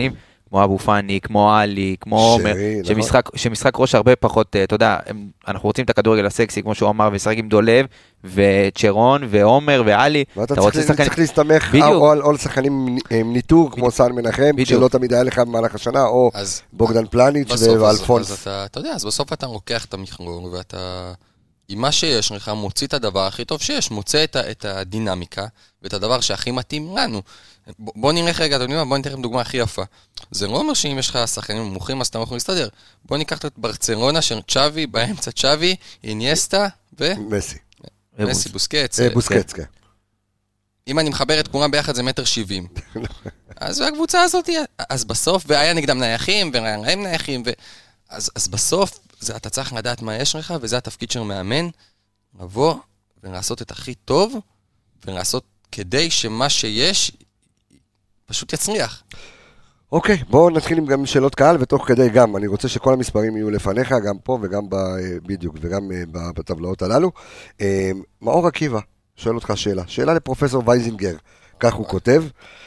כמו אבו פאני, כמו אלי, כמו עומר, שמשחק, שמשחק ראש הרבה פחות, אתה יודע, אנחנו רוצים את הכדורגל הסקסי, כמו שהוא אמר, ושחק עם דולב, וצ'רון, ועומר, ואלי. ואתה צריך להסתמך או על שחקנים עם ניטור, כמו סן מנחם, שלא תמיד היה לך במהלך השנה, או בוגדן פלניץ' ואלפונס. אתה יודע, אז בסוף אתה לוקח את המכרור, ואתה, עם מה שיש לך, מוציא את הדבר הכי טוב שיש, מוצא את הדינמיקה, ואת הדבר שהכי מתאים לנו. בוא נראה רגע, בוא ניתן לכם דוגמה הכי יפה. זה לא אומר שאם יש לך שחקנים נמוכים, אז אתה יכול להסתדר. בוא ניקח את ברצלונה של צ'אבי, באמצע צ'אבי, אינייסטה ו... מסי. מסי, בוסקץ. בוסקץ, כן. אם אני מחבר את כולם ביחד זה מטר שבעים. אז הקבוצה הזאת, אז בסוף, והיה נגדם נייחים, והיה להם נייחים, אז בסוף, אתה צריך לדעת מה יש לך, וזה התפקיד של מאמן, לבוא ולעשות את הכי טוב, ולעשות כדי שמה שיש פשוט יצליח. אוקיי, בואו נתחיל עם גם שאלות קהל, ותוך כדי גם, אני רוצה שכל המספרים יהיו לפניך, גם פה וגם בדיוק, וגם בטבלאות הללו. מאור עקיבא, שואל אותך שאלה, שאלה לפרופסור וייזינגר, כך הוא כותב,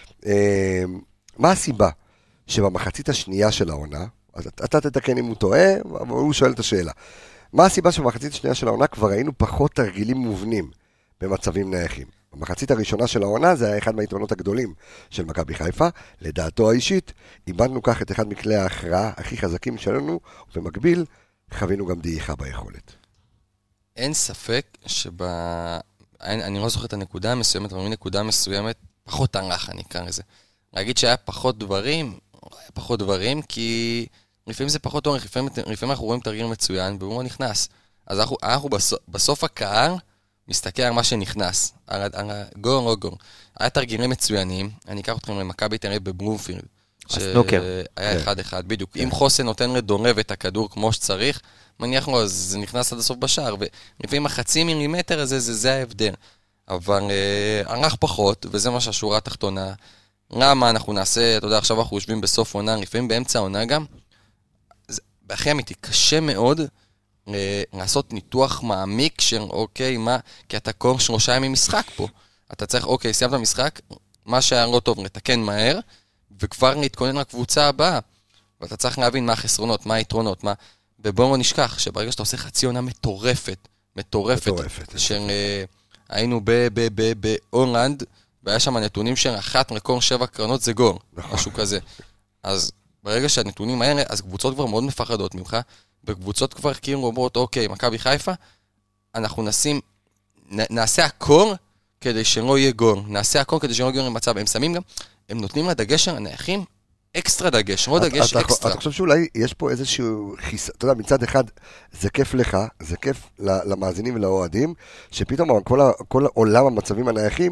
מה הסיבה שבמחצית השנייה של העונה, אז אתה תתקן אם הוא טועה, אבל הוא שואל את השאלה, מה הסיבה שבמחצית השנייה של העונה כבר ראינו פחות תרגילים מובנים במצבים נייחים? במחצית הראשונה של העונה זה היה אחד מהיתרונות הגדולים של מכבי חיפה, לדעתו האישית, איבדנו כך את אחד מכלי ההכרעה הכי חזקים שלנו, ובמקביל חווינו גם דעיכה ביכולת. אין ספק שב... אני לא זוכר את הנקודה המסוימת, אבל מנקודה מסוימת פחות ערך, אני אקרא לזה. להגיד שהיה פחות דברים, היה פחות דברים, כי לפעמים זה פחות אורך, לפעמים, לפעמים אנחנו רואים תרגיל מצוין, והוא לא נכנס. אז אנחנו, אנחנו בסוף, בסוף הקהל, מסתכל על מה שנכנס, על הגור או גור. היה תרגילים מצוינים, אני אקח אתכם למכבי תל אביב בבלומפילד, הסנוקר. שהיה אחד אחד, בדיוק. אם חוסן נותן לדורב את הכדור כמו שצריך, מניח לו, זה נכנס עד הסוף בשער, ולפעמים החצי מילימטר הזה, זה ההבדל. אבל ערך פחות, וזה מה שהשורה התחתונה. למה אנחנו נעשה, אתה יודע, עכשיו אנחנו יושבים בסוף עונה, לפעמים באמצע העונה גם, באחרי אמיתי, קשה מאוד, לעשות ניתוח מעמיק של אוקיי, מה, כי אתה כל שלושה ימים משחק פה. אתה צריך, אוקיי, סיימת המשחק, מה שהיה לא טוב, לתקן מהר, וכבר להתכונן לקבוצה הבאה. ואתה צריך להבין מה החסרונות, מה היתרונות, מה... ובואו לא נשכח, שברגע שאתה עושה חצי עונה מטורפת, מטורפת, של היינו בהולנד, והיה שם הנתונים של אחת מכל שבע קרנות זה גול, משהו כזה. אז ברגע שהנתונים האלה, אז קבוצות כבר מאוד מפחדות ממך, בקבוצות כבר כאילו אומרות, אוקיי, מכבי חיפה, אנחנו נשים, נעשה הכל כדי שלא יהיה גול, נעשה הכל כדי שלא יהיה גול למצב, הם שמים גם, הם נותנים לדגש על הנייחים, אקסטרה דגש, לא דגש אקסטרה. אתה חושב שאולי יש פה איזשהו חיסה, אתה יודע, מצד אחד זה כיף לך, זה כיף למאזינים ולאוהדים, שפתאום כל עולם המצבים הנייחים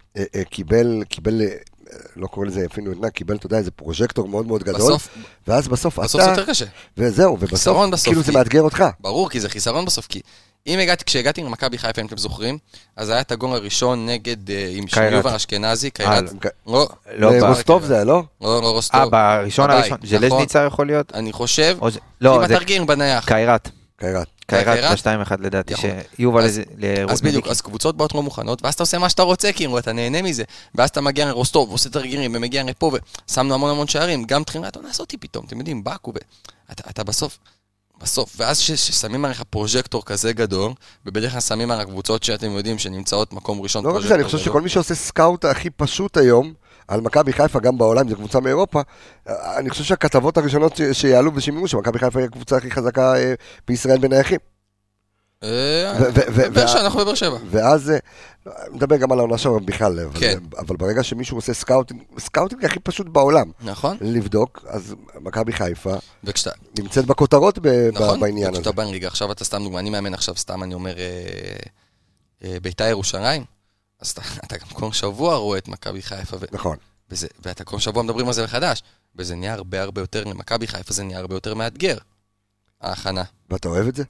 קיבל, קיבל, לא קורא לזה אפילו נתנה, קיבל, אתה יודע, איזה פרוז'קטור מאוד מאוד גדול, ואז בסוף אתה... בסוף זה יותר קשה. וזהו, ובסוף, כאילו זה מאתגר אותך. ברור, כי זה חיסרון בסוף, כי אם הגעתי, כשהגעתי למכבי חיפה, אם אתם זוכרים, אז היה את הגול הראשון נגד, עם יובל אשכנזי, קיירת. לא, רוסטוב זה, לא? לא, לא רוסטוב. אה, בראשון הראשון, ז'לזניצה יכול להיות? אני חושב, עם התרגיל בנייח. קיירת. קיירת. קיירת ב-שתיים אחד לדעתי, שיובל לרות אז בדיוק, אז קבוצות באות לא מוכנות, ואז אתה עושה מה שאתה רוצה, כאילו, אתה נהנה מזה, ואז אתה מגיע לרוסטוב, ועושה תרגילים, ומגיע לפה, ושמנו המון המון שערים, גם תחילה, אתה נעשה אותי פתאום, אתם יודעים, בקו, אתה בסוף, בסוף, ואז ששמים עליך פרוז'קטור כזה גדול, ובדרך כלל שמים על הקבוצות שאתם יודעים, שנמצאות מקום ראשון. לא, אני חושב שכל מי שעושה סקאוט הכי פשוט היום, על מכבי חיפה, גם בעולם, זו קבוצה מאירופה, אני חושב שהכתבות הראשונות שיעלו ושימרו, שמכבי חיפה היא הקבוצה הכי חזקה בישראל בנייחים. אנחנו בבאר שבע. ואז, מדבר גם על העונה שם בכלל, אבל ברגע שמישהו עושה סקאוטינג, סקאוטינג הכי פשוט בעולם, נכון. לבדוק, אז מכבי חיפה נמצאת בכותרות בעניין הזה. וכשאתה בא ליגה, עכשיו אתה סתם דוגמה, אני מאמן עכשיו, סתם אני אומר, בית"ר ירושלים, אז אתה גם כל שבוע רואה את מכבי חיפה. נכון. ואתה כל שבוע מדברים על זה מחדש, וזה נהיה הרבה הרבה יותר, למכבי חיפה זה נהיה הרבה יותר מאתגר, ההכנה. ואתה אוהב את זה?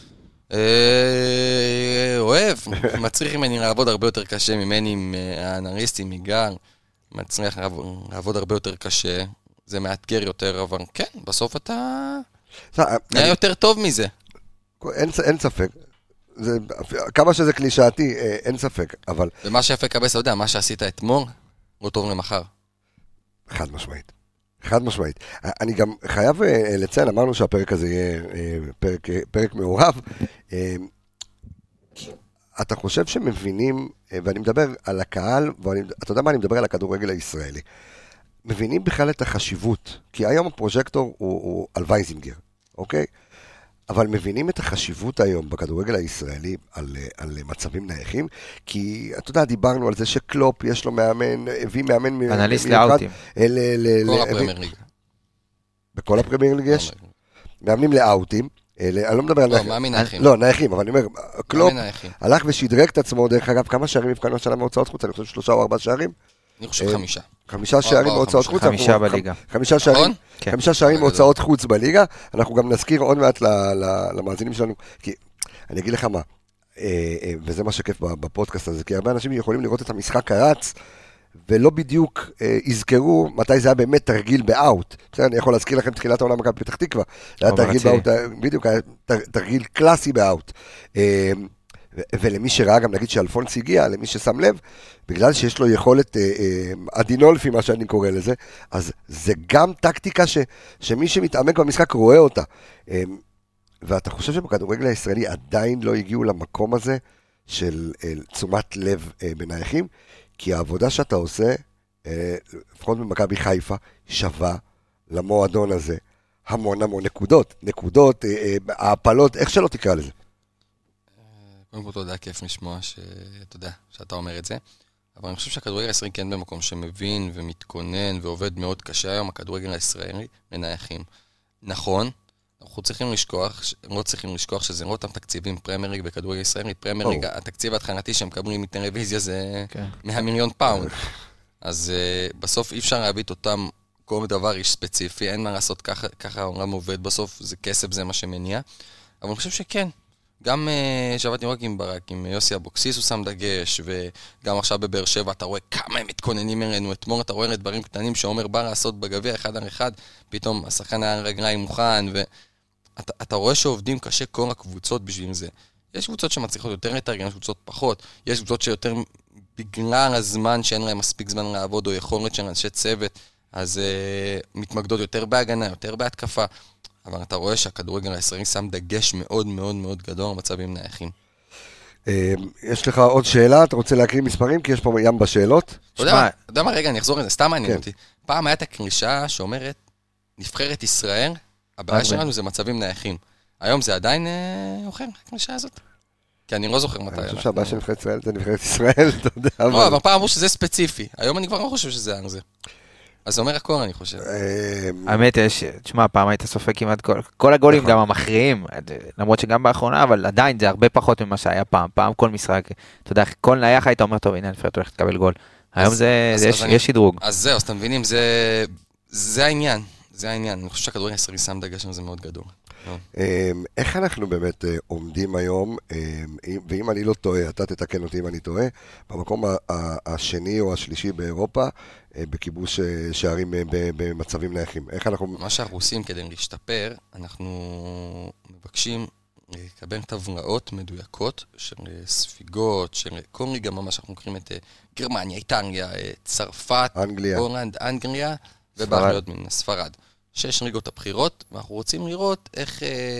אוהב, מצריך ממני לעבוד הרבה יותר קשה ממני עם האנליסטים, מגר, מצריך לעבוד הרבה יותר קשה, זה מאתגר יותר, אבל כן, בסוף אתה נהיה יותר טוב מזה. אין ספק, כמה שזה קלישאתי, אין ספק, אבל... ומה שיפה קבס, אתה יודע, מה שעשית אתמול, לא טוב למחר. חד משמעית. חד משמעית. אני גם חייב לציין, אמרנו שהפרק הזה יהיה פרק, פרק מעורב. אתה חושב שמבינים, ואני מדבר על הקהל, ואתה יודע מה, אני מדבר על הכדורגל הישראלי. מבינים בכלל את החשיבות, כי היום הפרוז'קטור הוא, הוא על וייזינגר, אוקיי? אבל מבינים את החשיבות היום בכדורגל הישראלי על, על מצבים נייחים, כי אתה יודע, דיברנו על זה שקלופ יש לו מאמן, הביא מאמן... אנליסט לאוטים. כל הפרמייר ליג. בכל הפרמייר ליג יש? מאמנים לאוטים. אני לא מדבר על נייחים. לא, מאמין נייחים. לא, נייחים, אבל אני אומר, קלופ הלך ושדרג את עצמו, דרך אגב, כמה שערים הבקענו השנה מהוצאות חוץ? אני חושב שלושה או ארבעה שערים? אני חושב חמישה. חמישה שערים מהוצאות חוץ. חמישה בליגה. חמישה שערים, חמישה שערים מהוצאות חוץ בליגה. אנחנו גם נזכיר עוד מעט למאזינים שלנו, כי אני אגיד לך מה, וזה מה שכיף בפודקאסט הזה, כי הרבה אנשים יכולים לראות את המשחק הרץ, ולא בדיוק יזכרו מתי זה היה באמת תרגיל באוט. אני יכול להזכיר לכם תחילת העונה מכבי פתח תקווה. זה היה תרגיל באוט, בדיוק, היה תרגיל קלאסי באוט. ולמי שראה גם נגיד שאלפונס הגיע, למי ששם לב, בגלל שיש לו יכולת אדינולפי, מה שאני קורא לזה, אז זה גם טקטיקה ש, שמי שמתעמק במשחק רואה אותה. ואתה חושב שבכדורגל הישראלי עדיין לא הגיעו למקום הזה של תשומת לב בנייחים, כי העבודה שאתה עושה, לפחות במכבי חיפה, שווה למועדון הזה המון המון נקודות, נקודות, העפלות, איך שלא תקרא לזה. קודם כל, אתה יודע, כיף לשמוע שאתה יודע, שאתה אומר את זה, אבל אני חושב שהכדורגל הישראלי כן במקום שמבין ומתכונן ועובד מאוד קשה היום, הכדורגל הישראלי מנייחים. נכון, אנחנו צריכים לשכוח, לא צריכים לשכוח שזה לא אותם תקציבים פרמייר ליג בכדורגל הישראלי, פרמייר ליג, התקציב ההתחלתי שהם מקבלים מטלוויזיה זה מאה מיליון פאונד. אז בסוף אי אפשר להביא את אותם כל דבר איש ספציפי, אין מה לעשות ככה, ככה העולם עובד בסוף, זה כסף, זה מה שמניע. אבל אני חושב שכן, גם שבאתי רק עם ברק, עם יוסי אבוקסיס הוא שם דגש, וגם עכשיו בבאר שבע אתה רואה כמה הם מתכוננים אלינו, אתמול אתה רואה דברים קטנים שעומר בא לעשות בגביע אחד על אחד, פתאום השחקן היה רגליים מוכן, ואתה אתה רואה שעובדים קשה כל הקבוצות בשביל זה. יש קבוצות שמצליחות יותר לתרגל, יש קבוצות פחות, יש קבוצות שיותר בגלל הזמן שאין להם מספיק זמן לעבוד, או יכולת של אנשי צוות, אז uh, מתמקדות יותר בהגנה, יותר בהתקפה, אבל אתה רואה שהכדורגל הישראלי שם דגש מאוד מאוד מאוד גדול על מצבים נייחים. יש לך עוד שאלה? אתה רוצה להקריא מספרים? כי יש פה ים בשאלות. אתה יודע מה, רגע, אני אחזור לזה, סתם מעניין אותי. פעם הייתה קלישה שאומרת, נבחרת ישראל, הבעיה שלנו זה מצבים נייחים. היום זה עדיין אוכל, הקלישה הזאת? כי אני לא זוכר מתי. אני חושב שהבעיה של נבחרת ישראל זה נבחרת ישראל, אתה יודע. לא, אבל פעם אמרו שזה ספציפי. היום אני כבר לא חושב שזה היה זה. אז זה אומר הכל, אני חושב. האמת, תשמע, פעם היית סופק כמעט כל הגולים, גם המכריעים, למרות שגם באחרונה, אבל עדיין זה הרבה פחות ממה שהיה פעם. פעם כל משחק, אתה יודע, כל נייח היית אומר, טוב, הנה, הנבחרת הולכת לקבל גול. היום יש שדרוג. אז זהו, אז אתם מבינים, זה העניין. זה העניין. אני חושב שהכדורגל הישראלי שם דגש על זה מאוד גדול. איך אנחנו באמת עומדים היום, ואם אני לא טועה, אתה תתקן אותי אם אני טועה, במקום השני או השלישי באירופה, בכיבוש שערים במצבים נייחים. איך אנחנו... מה שאנחנו עושים כדי להשתפר, אנחנו מבקשים לקבל טבלאות מדויקות של ספיגות, של כל ריגה ממש, אנחנו קוראים את גרמניה, איטליה, צרפת, אנגליה. הולנד, אנגליה, ובאחריות מן ספרד. שש ריגות הבחירות, ואנחנו רוצים לראות איך,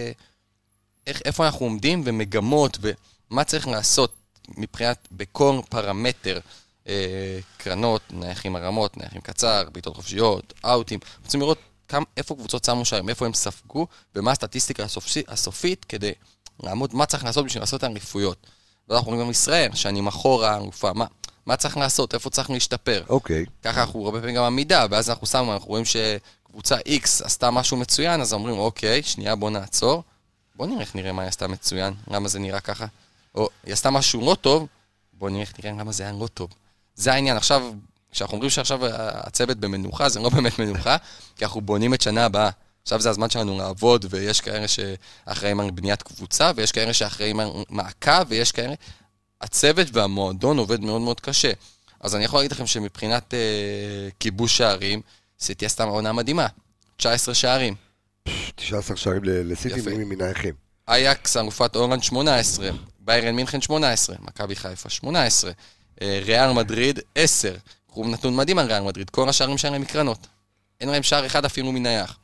איך, איפה אנחנו עומדים ומגמות, ומה צריך לעשות מבחינת בכל פרמטר, אה, קרנות, נייחים הרמות, נייחים קצר, בעיטות חופשיות, אאוטים. רוצים לראות כמה, איפה קבוצות שמו שערים, איפה הם ספגו, ומה הסטטיסטיקה הסופית, הסופית כדי לעמוד מה צריך לעשות בשביל לעשות את האליפויות. ואנחנו רואים גם ישראל, שאני אחורה, אלופה, מה, מה צריך לעשות, איפה צריך להשתפר. אוקיי. ככה אנחנו הרבה פעמים גם עמידה, ואז אנחנו שמים, אנחנו רואים שקבוצה X עשתה משהו מצוין, אז אומרים, אוקיי, שנייה, בוא נעצור, בוא נראה איך נראה מה היא עשתה מצוין, למה זה נראה ככה. או היא עשתה משהו לא טוב, בוא נראה איך נראה למה זה היה לא טוב. זה העניין. עכשיו, כשאנחנו אומרים שעכשיו הצוות במנוחה, זה לא באמת מנוחה, כי אנחנו בונים את שנה הבאה. עכשיו זה הזמן שלנו לעבוד, ויש כאלה שאחראים על בניית קבוצה, ויש כאלה שאחראים על מעקב, ויש כאלה... הצוות והמועדון עובד מאוד מאוד קשה. אז אני יכול להגיד לכם שמבחינת אה, כיבוש שערים, סיטי עשתה עונה מדהימה. תשע עשרה שערים. תשע עשרה שערים לסיטי מנייחים. אייקס, אלופת הולנד שמונה עשרה, ביירן מינכן שמונה עשרה, מכבי חיפה שמונה עשרה, ריאל מדריד עשר. הוא נתון מדהים על ריאל מדריד, כל השערים שלהם מקרנות. אין להם שער אחד אפילו מנייח.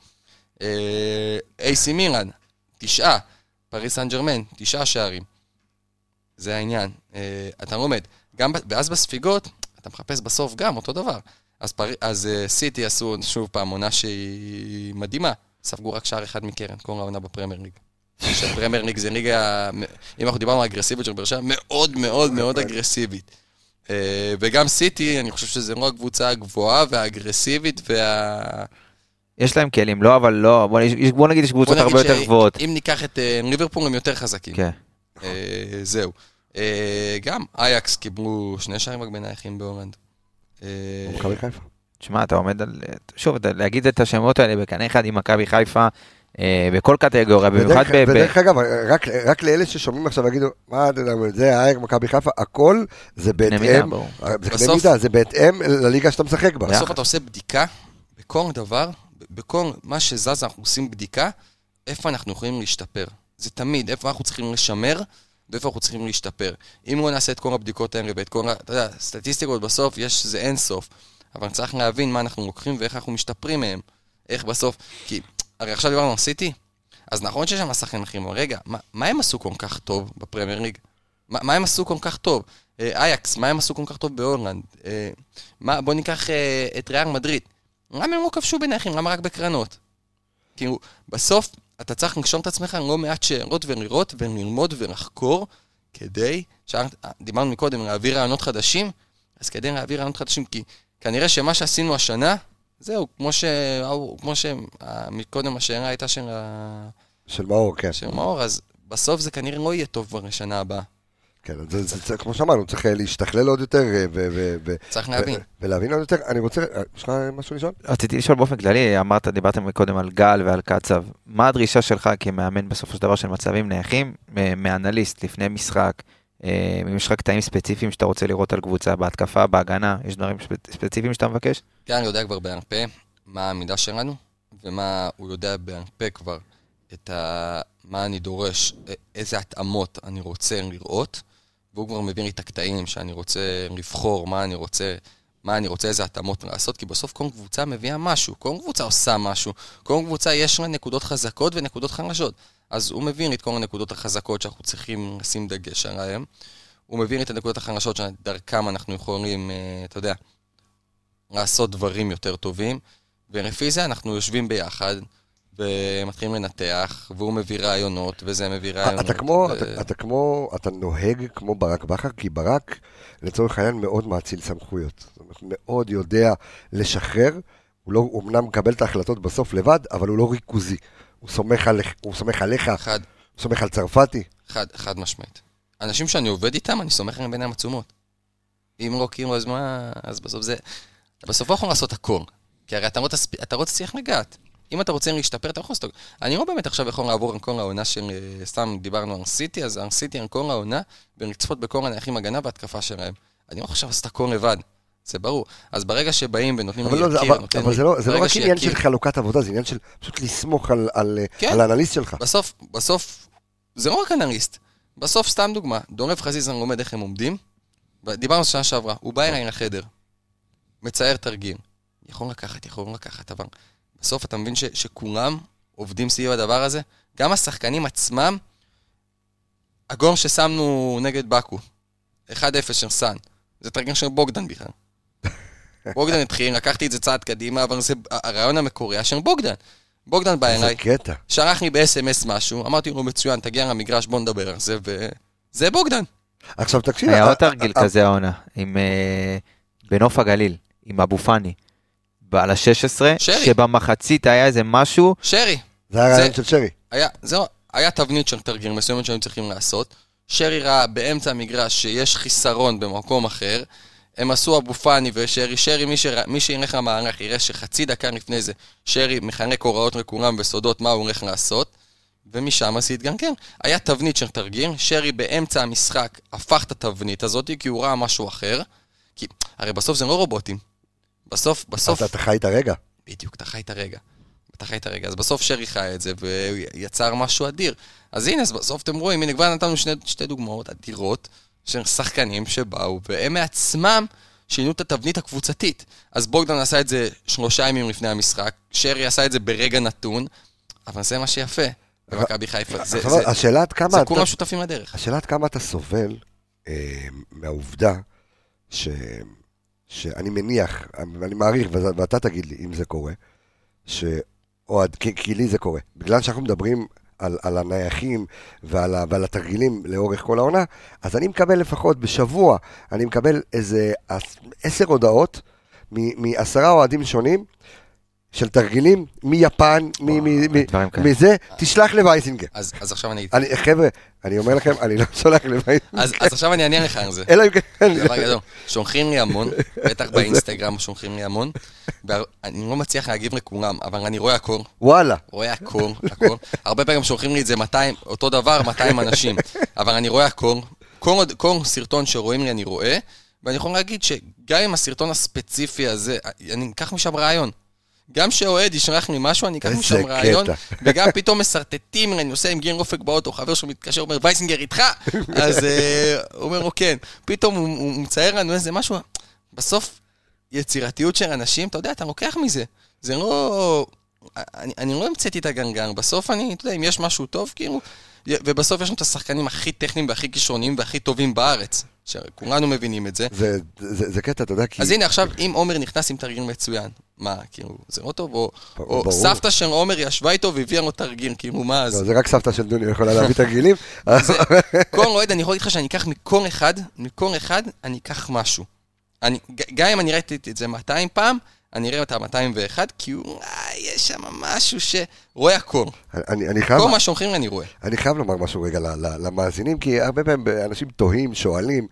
אייסי מילאן, תשעה. פריס סן ז'רמן, תשעה שערים. זה העניין. אתה לומד. גם, ואז בספיגות, אתה מחפש בסוף גם אותו דבר. אז, פר... אז uh, סיטי עשו שוב פעם עונה שהיא מדהימה. ספגו רק שער אחד מקרן, כל העונה בפרמייר ליג. שפרמייר ליג זה ליגה, אם אנחנו דיברנו על אגרסיבית של ברשע, מאוד מאוד מאוד אגרסיבית. Uh, וגם סיטי, אני חושב שזה לא הקבוצה הגבוהה והאגרסיבית וה... יש להם כלים, לא, אבל לא, בוא, בוא נגיד יש קבוצות הרבה יותר גבוהות. אם ניקח את uh, ליברפול הם יותר חזקים. כן. Uh, זהו. Uh, גם אייקס קיבלו שני שערים הגבנייחים בהולנד. מכבי חיפה. תשמע, אתה עומד על... שוב, להגיד את השמות האלה בקנה אחד עם מכבי חיפה, בכל קטגוריה, במיוחד ב... בדרך אגב, רק לאלה ששומעים עכשיו יגידו, מה זה, האייק, מכבי חיפה, הכל זה בהתאם, זה בהתאם לליגה שאתה משחק בה. בסוף אתה עושה בדיקה, בכל דבר, בכל מה שזז אנחנו עושים בדיקה, איפה אנחנו יכולים להשתפר. זה תמיד, איפה אנחנו צריכים לשמר, ואיפה אנחנו צריכים להשתפר. אם לא נעשה את כל הבדיקות האלה, ואת כל, אתה יודע, סטטיסטיקות בסוף, יש, זה אין סוף. אבל צריך להבין מה אנחנו לוקחים, ואיך אנחנו משתפרים מהם. איך בסוף, כי, הרי עכשיו דיברנו על סיטי, אז נכון שיש שם השחקנים אחרים, אבל רגע, מה, מה הם עשו כל כך טוב בפרמייר ליג? מה, מה הם עשו כל כך טוב? אייקס, מה הם עשו כל כך טוב בהולנד? מה, בוא ניקח את ריאל מדריד. למה הם לא כבשו בנייחים? למה רק בקרנות? כאילו, בסוף, אתה צריך לקשור את עצמך לא מעט שאלות ולראות וללמוד ולחקור כדי, דיברנו מקודם, להעביר רעיונות חדשים, אז כדי להעביר רעיונות חדשים, כי כנראה שמה שעשינו השנה, זהו, כמו ש... כמו שמקודם השאלה הייתה של... של מאור, כן. של מאור, אז בסוף זה כנראה לא יהיה טוב לשנה הבאה. כן, זה, זה, זה, כמו שאמרנו, צריך להשתכלל עוד יותר, ו, ו, ו, צריך להבין. ו, ולהבין עוד יותר. אני רוצה, יש לך משהו לשאול? רציתי לשאול באופן כללי, אמרת, דיברתם קודם על גל ועל קצב. מה הדרישה שלך כמאמן בסופו של דבר של מצבים נייחים, מאנליסט לפני משחק, אם יש לך קטעים ספציפיים שאתה רוצה לראות על קבוצה, בהתקפה, בהגנה, יש דברים ספציפיים שאתה מבקש? כן, אני יודע כבר בערפה מה העמידה שלנו, ומה הוא יודע בערפה כבר, את ה... מה אני דורש, איזה התאמות אני רוצה לראות, והוא כבר מבין לי את הקטעים שאני רוצה לבחור, מה אני רוצה, מה אני רוצה, איזה התאמות לעשות, כי בסוף כל קבוצה מביאה משהו, כל קבוצה עושה משהו, כל קבוצה יש לה נקודות חזקות ונקודות חלשות, אז הוא מבין לי את כל הנקודות החזקות שאנחנו צריכים לשים דגש עליהן, הוא מבין לי את הנקודות החלשות שדרכם אנחנו יכולים, אתה יודע, לעשות דברים יותר טובים, ולפי זה אנחנו יושבים ביחד, ומתחילים לנתח, והוא מביא רעיונות, וזה מביא רעיונות. אתה כמו, אתה, אתה כמו, אתה נוהג כמו ברק בכר, כי ברק לצורך העניין מאוד מאציל סמכויות. זאת אומרת, מאוד יודע לשחרר, הוא לא, הוא אמנם מקבל את ההחלטות בסוף לבד, אבל הוא לא ריכוזי. הוא סומך עליך, הוא סומך עליך, אחד, הוא סומך על צרפתי. אחד, אחד משמעית. אנשים שאני עובד איתם, אני סומך עליהם בעיניים עצומות. אם לא כאילו, אז מה, אז בסוף זה, בסוף לא יכול לעשות הכל. כי הרי אתה רוצה, אתה רוצה צריך לגעת. אם אתה רוצה להשתפר, אתה יכול לעשות. אני לא באמת עכשיו יכול לעבור עם כל העונה של, סתם דיברנו על סיטי, אז על סיטי עם כל העונה, ולצפות בכל הנייחים הגנה והתקפה שלהם. אני לא חושב לעשות הכל לבד, זה ברור. אז ברגע שבאים ונותנים לי יכיר, נותנים לי... אבל זה לא רק עניין של חלוקת עבודה, זה עניין של פשוט לסמוך על האנליסט שלך. בסוף, בסוף, זה לא רק אנליסט. בסוף, סתם דוגמה, דורב חזיז, אני לומד איך הם עומדים, דיברנו שנה שעברה, הוא בא אליי לחדר, מצייר תרגיל. יכול לקחת, יכול לקחת, אבל בסוף אתה מבין ש, שכולם עובדים סביב הדבר הזה, גם השחקנים עצמם, הגול ששמנו נגד בקו, אחד אפס של סן, זה תרגיל של בוגדן בכלל. בוגדן התחיל, לקחתי את זה צעד קדימה, אבל זה הרעיון המקורי של בוגדן. בוגדן בא אליי, שלח לי ב-אס אם אס משהו, אמרתי לו מצוין, תגיע למגרש, בוא נדבר על זה, וזה בוגדן. עכשיו תקשיב. היה עוד תרגיל כזה העונה, עם בנוף הגליל, עם אבו פאני. על ה-שש עשרה, שבמחצית היה איזה משהו... שרי. זה היה רעיון של שרי. היה, זהו, היה תבנית של תרגיל מסוימת שהיינו צריכים לעשות. שרי ראה באמצע המגרש שיש חיסרון במקום אחר. הם עשו אבו פאני ושרי. שרי, מי, שרא, מי שילך למערך יראה שחצי דקה לפני זה, שרי מחנק הוראות לכולם וסודות מה הוא הולך לעשות. ומשם עשית גם כן. היה תבנית של תרגיל. שרי באמצע המשחק הפך את התבנית הזאת, כי הוא ראה משהו אחר. כי הרי בסוף זה לא רובוטים. בסוף, בסוף... אתה חי את הרגע. בדיוק, אתה חי את הרגע. אתה חי את הרגע. אז בסוף שרי חי את זה, ויצר משהו אדיר. אז הנה, אז בסוף אתם רואים, הנה כבר נתנו שני, שתי דוגמאות אדירות, של שחקנים שבאו, והם מעצמם שינו את התבנית הקבוצתית. אז בוגדן עשה את זה שלושה ימים לפני המשחק, שרי עשה את זה ברגע נתון, אבל זה מה שיפה. במכבי חיפה. זה, זה, השאלה עד כמה... זה כולם שותפים לדרך. השאלה עד כמה אתה סובל אה, מהעובדה ש, שאני מניח, ואני מעריך, ואתה תגיד לי אם זה קורה, שעוד, כי, כי לי זה קורה. בגלל שאנחנו מדברים על, על הנייחים ועל, ועל התרגילים לאורך כל העונה, אז אני מקבל לפחות בשבוע, אני מקבל איזה עשר הודעות מעשרה אוהדים שונים, של תרגילים מיפן, מזה, תשלח לווייזינגר. אז עכשיו אני... חבר'ה, אני אומר לכם, אני לא שולח לווייזינגר. אז עכשיו אני אענה לך על זה. אלא אם כן. דבר גדול. שולחים לי המון, בטח באינסטגרם שולחים לי המון, אני לא מצליח להגיב לכולם, אבל אני רואה הכל. וואלה. רואה הכל, הכל. הרבה פעמים שולחים לי את זה מאתיים, אותו דבר, מאתיים אנשים. אבל אני רואה הכל. כל סרטון שרואים לי אני רואה, ואני יכול להגיד שגם עם הסרטון הספציפי הזה, אני אקח משם רעיון. גם שאוהד ישלח לי משהו, אני אקח משם רעיון, וגם פתאום מסרטטים, אני עושה עם גין רופק באוטו, חבר שהוא מתקשר, אומר, וייסינגר איתך? אז הוא אומר, כן. פתאום הוא מצייר לנו איזה משהו, בסוף יצירתיות של אנשים, אתה יודע, אתה לוקח מזה. זה לא... אני לא המצאתי את הגנגן, בסוף אני, אתה יודע, אם יש משהו טוב, כאילו, ובסוף יש לנו את השחקנים הכי טכניים והכי כישרוניים והכי טובים בארץ. שכולנו מבינים את זה. זה, זה, זה קטע, אתה יודע, כי... אז הנה, עכשיו, אם עומר נכנס עם תרגיל מצוין, מה, כאילו, זה לא טוב? או, או סבתא של עומר ישבה איתו והביאה לו תרגיל, כאילו, מה אז? לא, זה רק סבתא של דוני יכולה להביא תרגילים. זה, כל אוהד, אני יכול להגיד לך שאני אקח מכל אחד, מכל אחד, אני אקח משהו. אני, גם אם אני ראיתי את זה מאתיים פעם, אני אראה אותה מאתיים ואחת, כי הוא, אה, יש שם משהו שרואה הכל. אני, אני חייב... כל מה שאומרים אני רואה. אני חייב לומר משהו רגע למאזינים, כי הרבה פעמים אנשים תוהים, שואלים,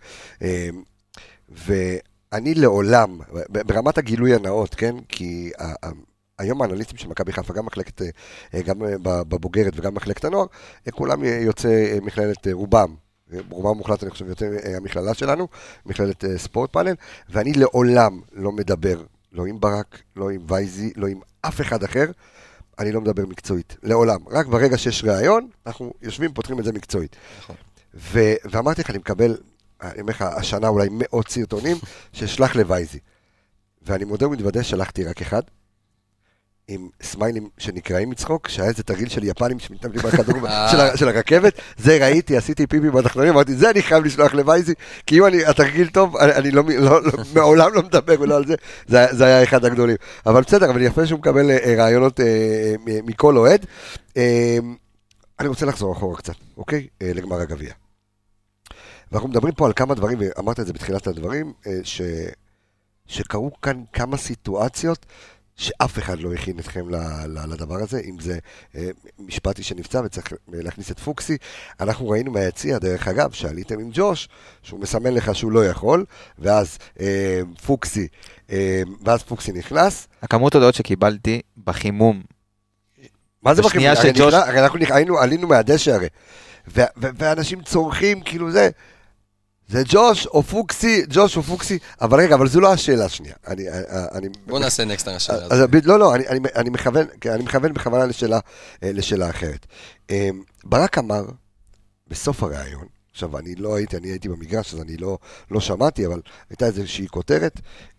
ואני לעולם, ברמת הגילוי הנאות, כן? כי היום האנליסטים של מכבי חיפה, גם מחלקת, גם בבוגרת וגם מחלקת הנוער, כולם יוצא מכללת רובם. רובם מוחלט, אני חושב, יותר המכללה שלנו, מכללת ספורט פאנל, ואני לעולם לא מדבר לא עם ברק, לא עם וייזי, לא עם אף אחד אחר, אני לא מדבר מקצועית, לעולם. רק ברגע שיש רעיון, אנחנו יושבים, פותחים את זה מקצועית. נכון. ו- ואמרתי לך, אני מקבל, אני אומר לך, השנה אולי מאות סרטונים, ששלח לווייזי. ואני מודה ומתוודה, שלחתי רק אחד, עם סמיילים שנקראים מצחוק, שהיה איזה תרגיל של יפנים שמתנבלים בכדור של, של הרכבת, זה ראיתי, עשיתי פיפי בתחתונים, אמרתי, זה אני חייב לשלוח לווייזי, כי אם אני, התרגיל טוב, אני, אני לא, לא, לא, מעולם לא מדבר ולא על זה, זה, זה היה אחד הגדולים. אבל בסדר, אבל יפה שהוא מקבל אה, רעיונות אה, מכל אוהד. אה, אני רוצה לחזור אחורה קצת, אוקיי? אה, לגמר הגביע. ואנחנו מדברים פה על כמה דברים, ואמרת את זה בתחילת הדברים, אה, ש, שקרו כאן כמה סיטואציות, שאף אחד לא הכין אתכם לדבר הזה, אם זה משפטי שנפצע וצריך להכניס את פוקסי. אנחנו ראינו מהיציע, דרך אגב, שעליתם עם ג'וש, שהוא מסמן לך שהוא לא יכול, ואז פוקסי, ואז פוקסי נכנס. הכמות הודעות שקיבלתי בחימום. מה זה בחימום? הרי אנחנו עלינו מהדשא הרי, ואנשים צורכים, כאילו זה... זה ג'וש או פוקסי, ג'וש או פוקסי, אבל רגע, אבל זו לא השאלה השנייה. אני, אני, בוא נעשה נקסט על השאלה הזאת. לא, לא, אני, אני, אני מכוון, אני מכוון בכוונה לשאלה, לשאלה אחרת. ברק אמר, בסוף הראיון, עכשיו אני לא הייתי, אני הייתי במגרש, אז אני לא, לא שמעתי, אבל הייתה איזושהי כותרת,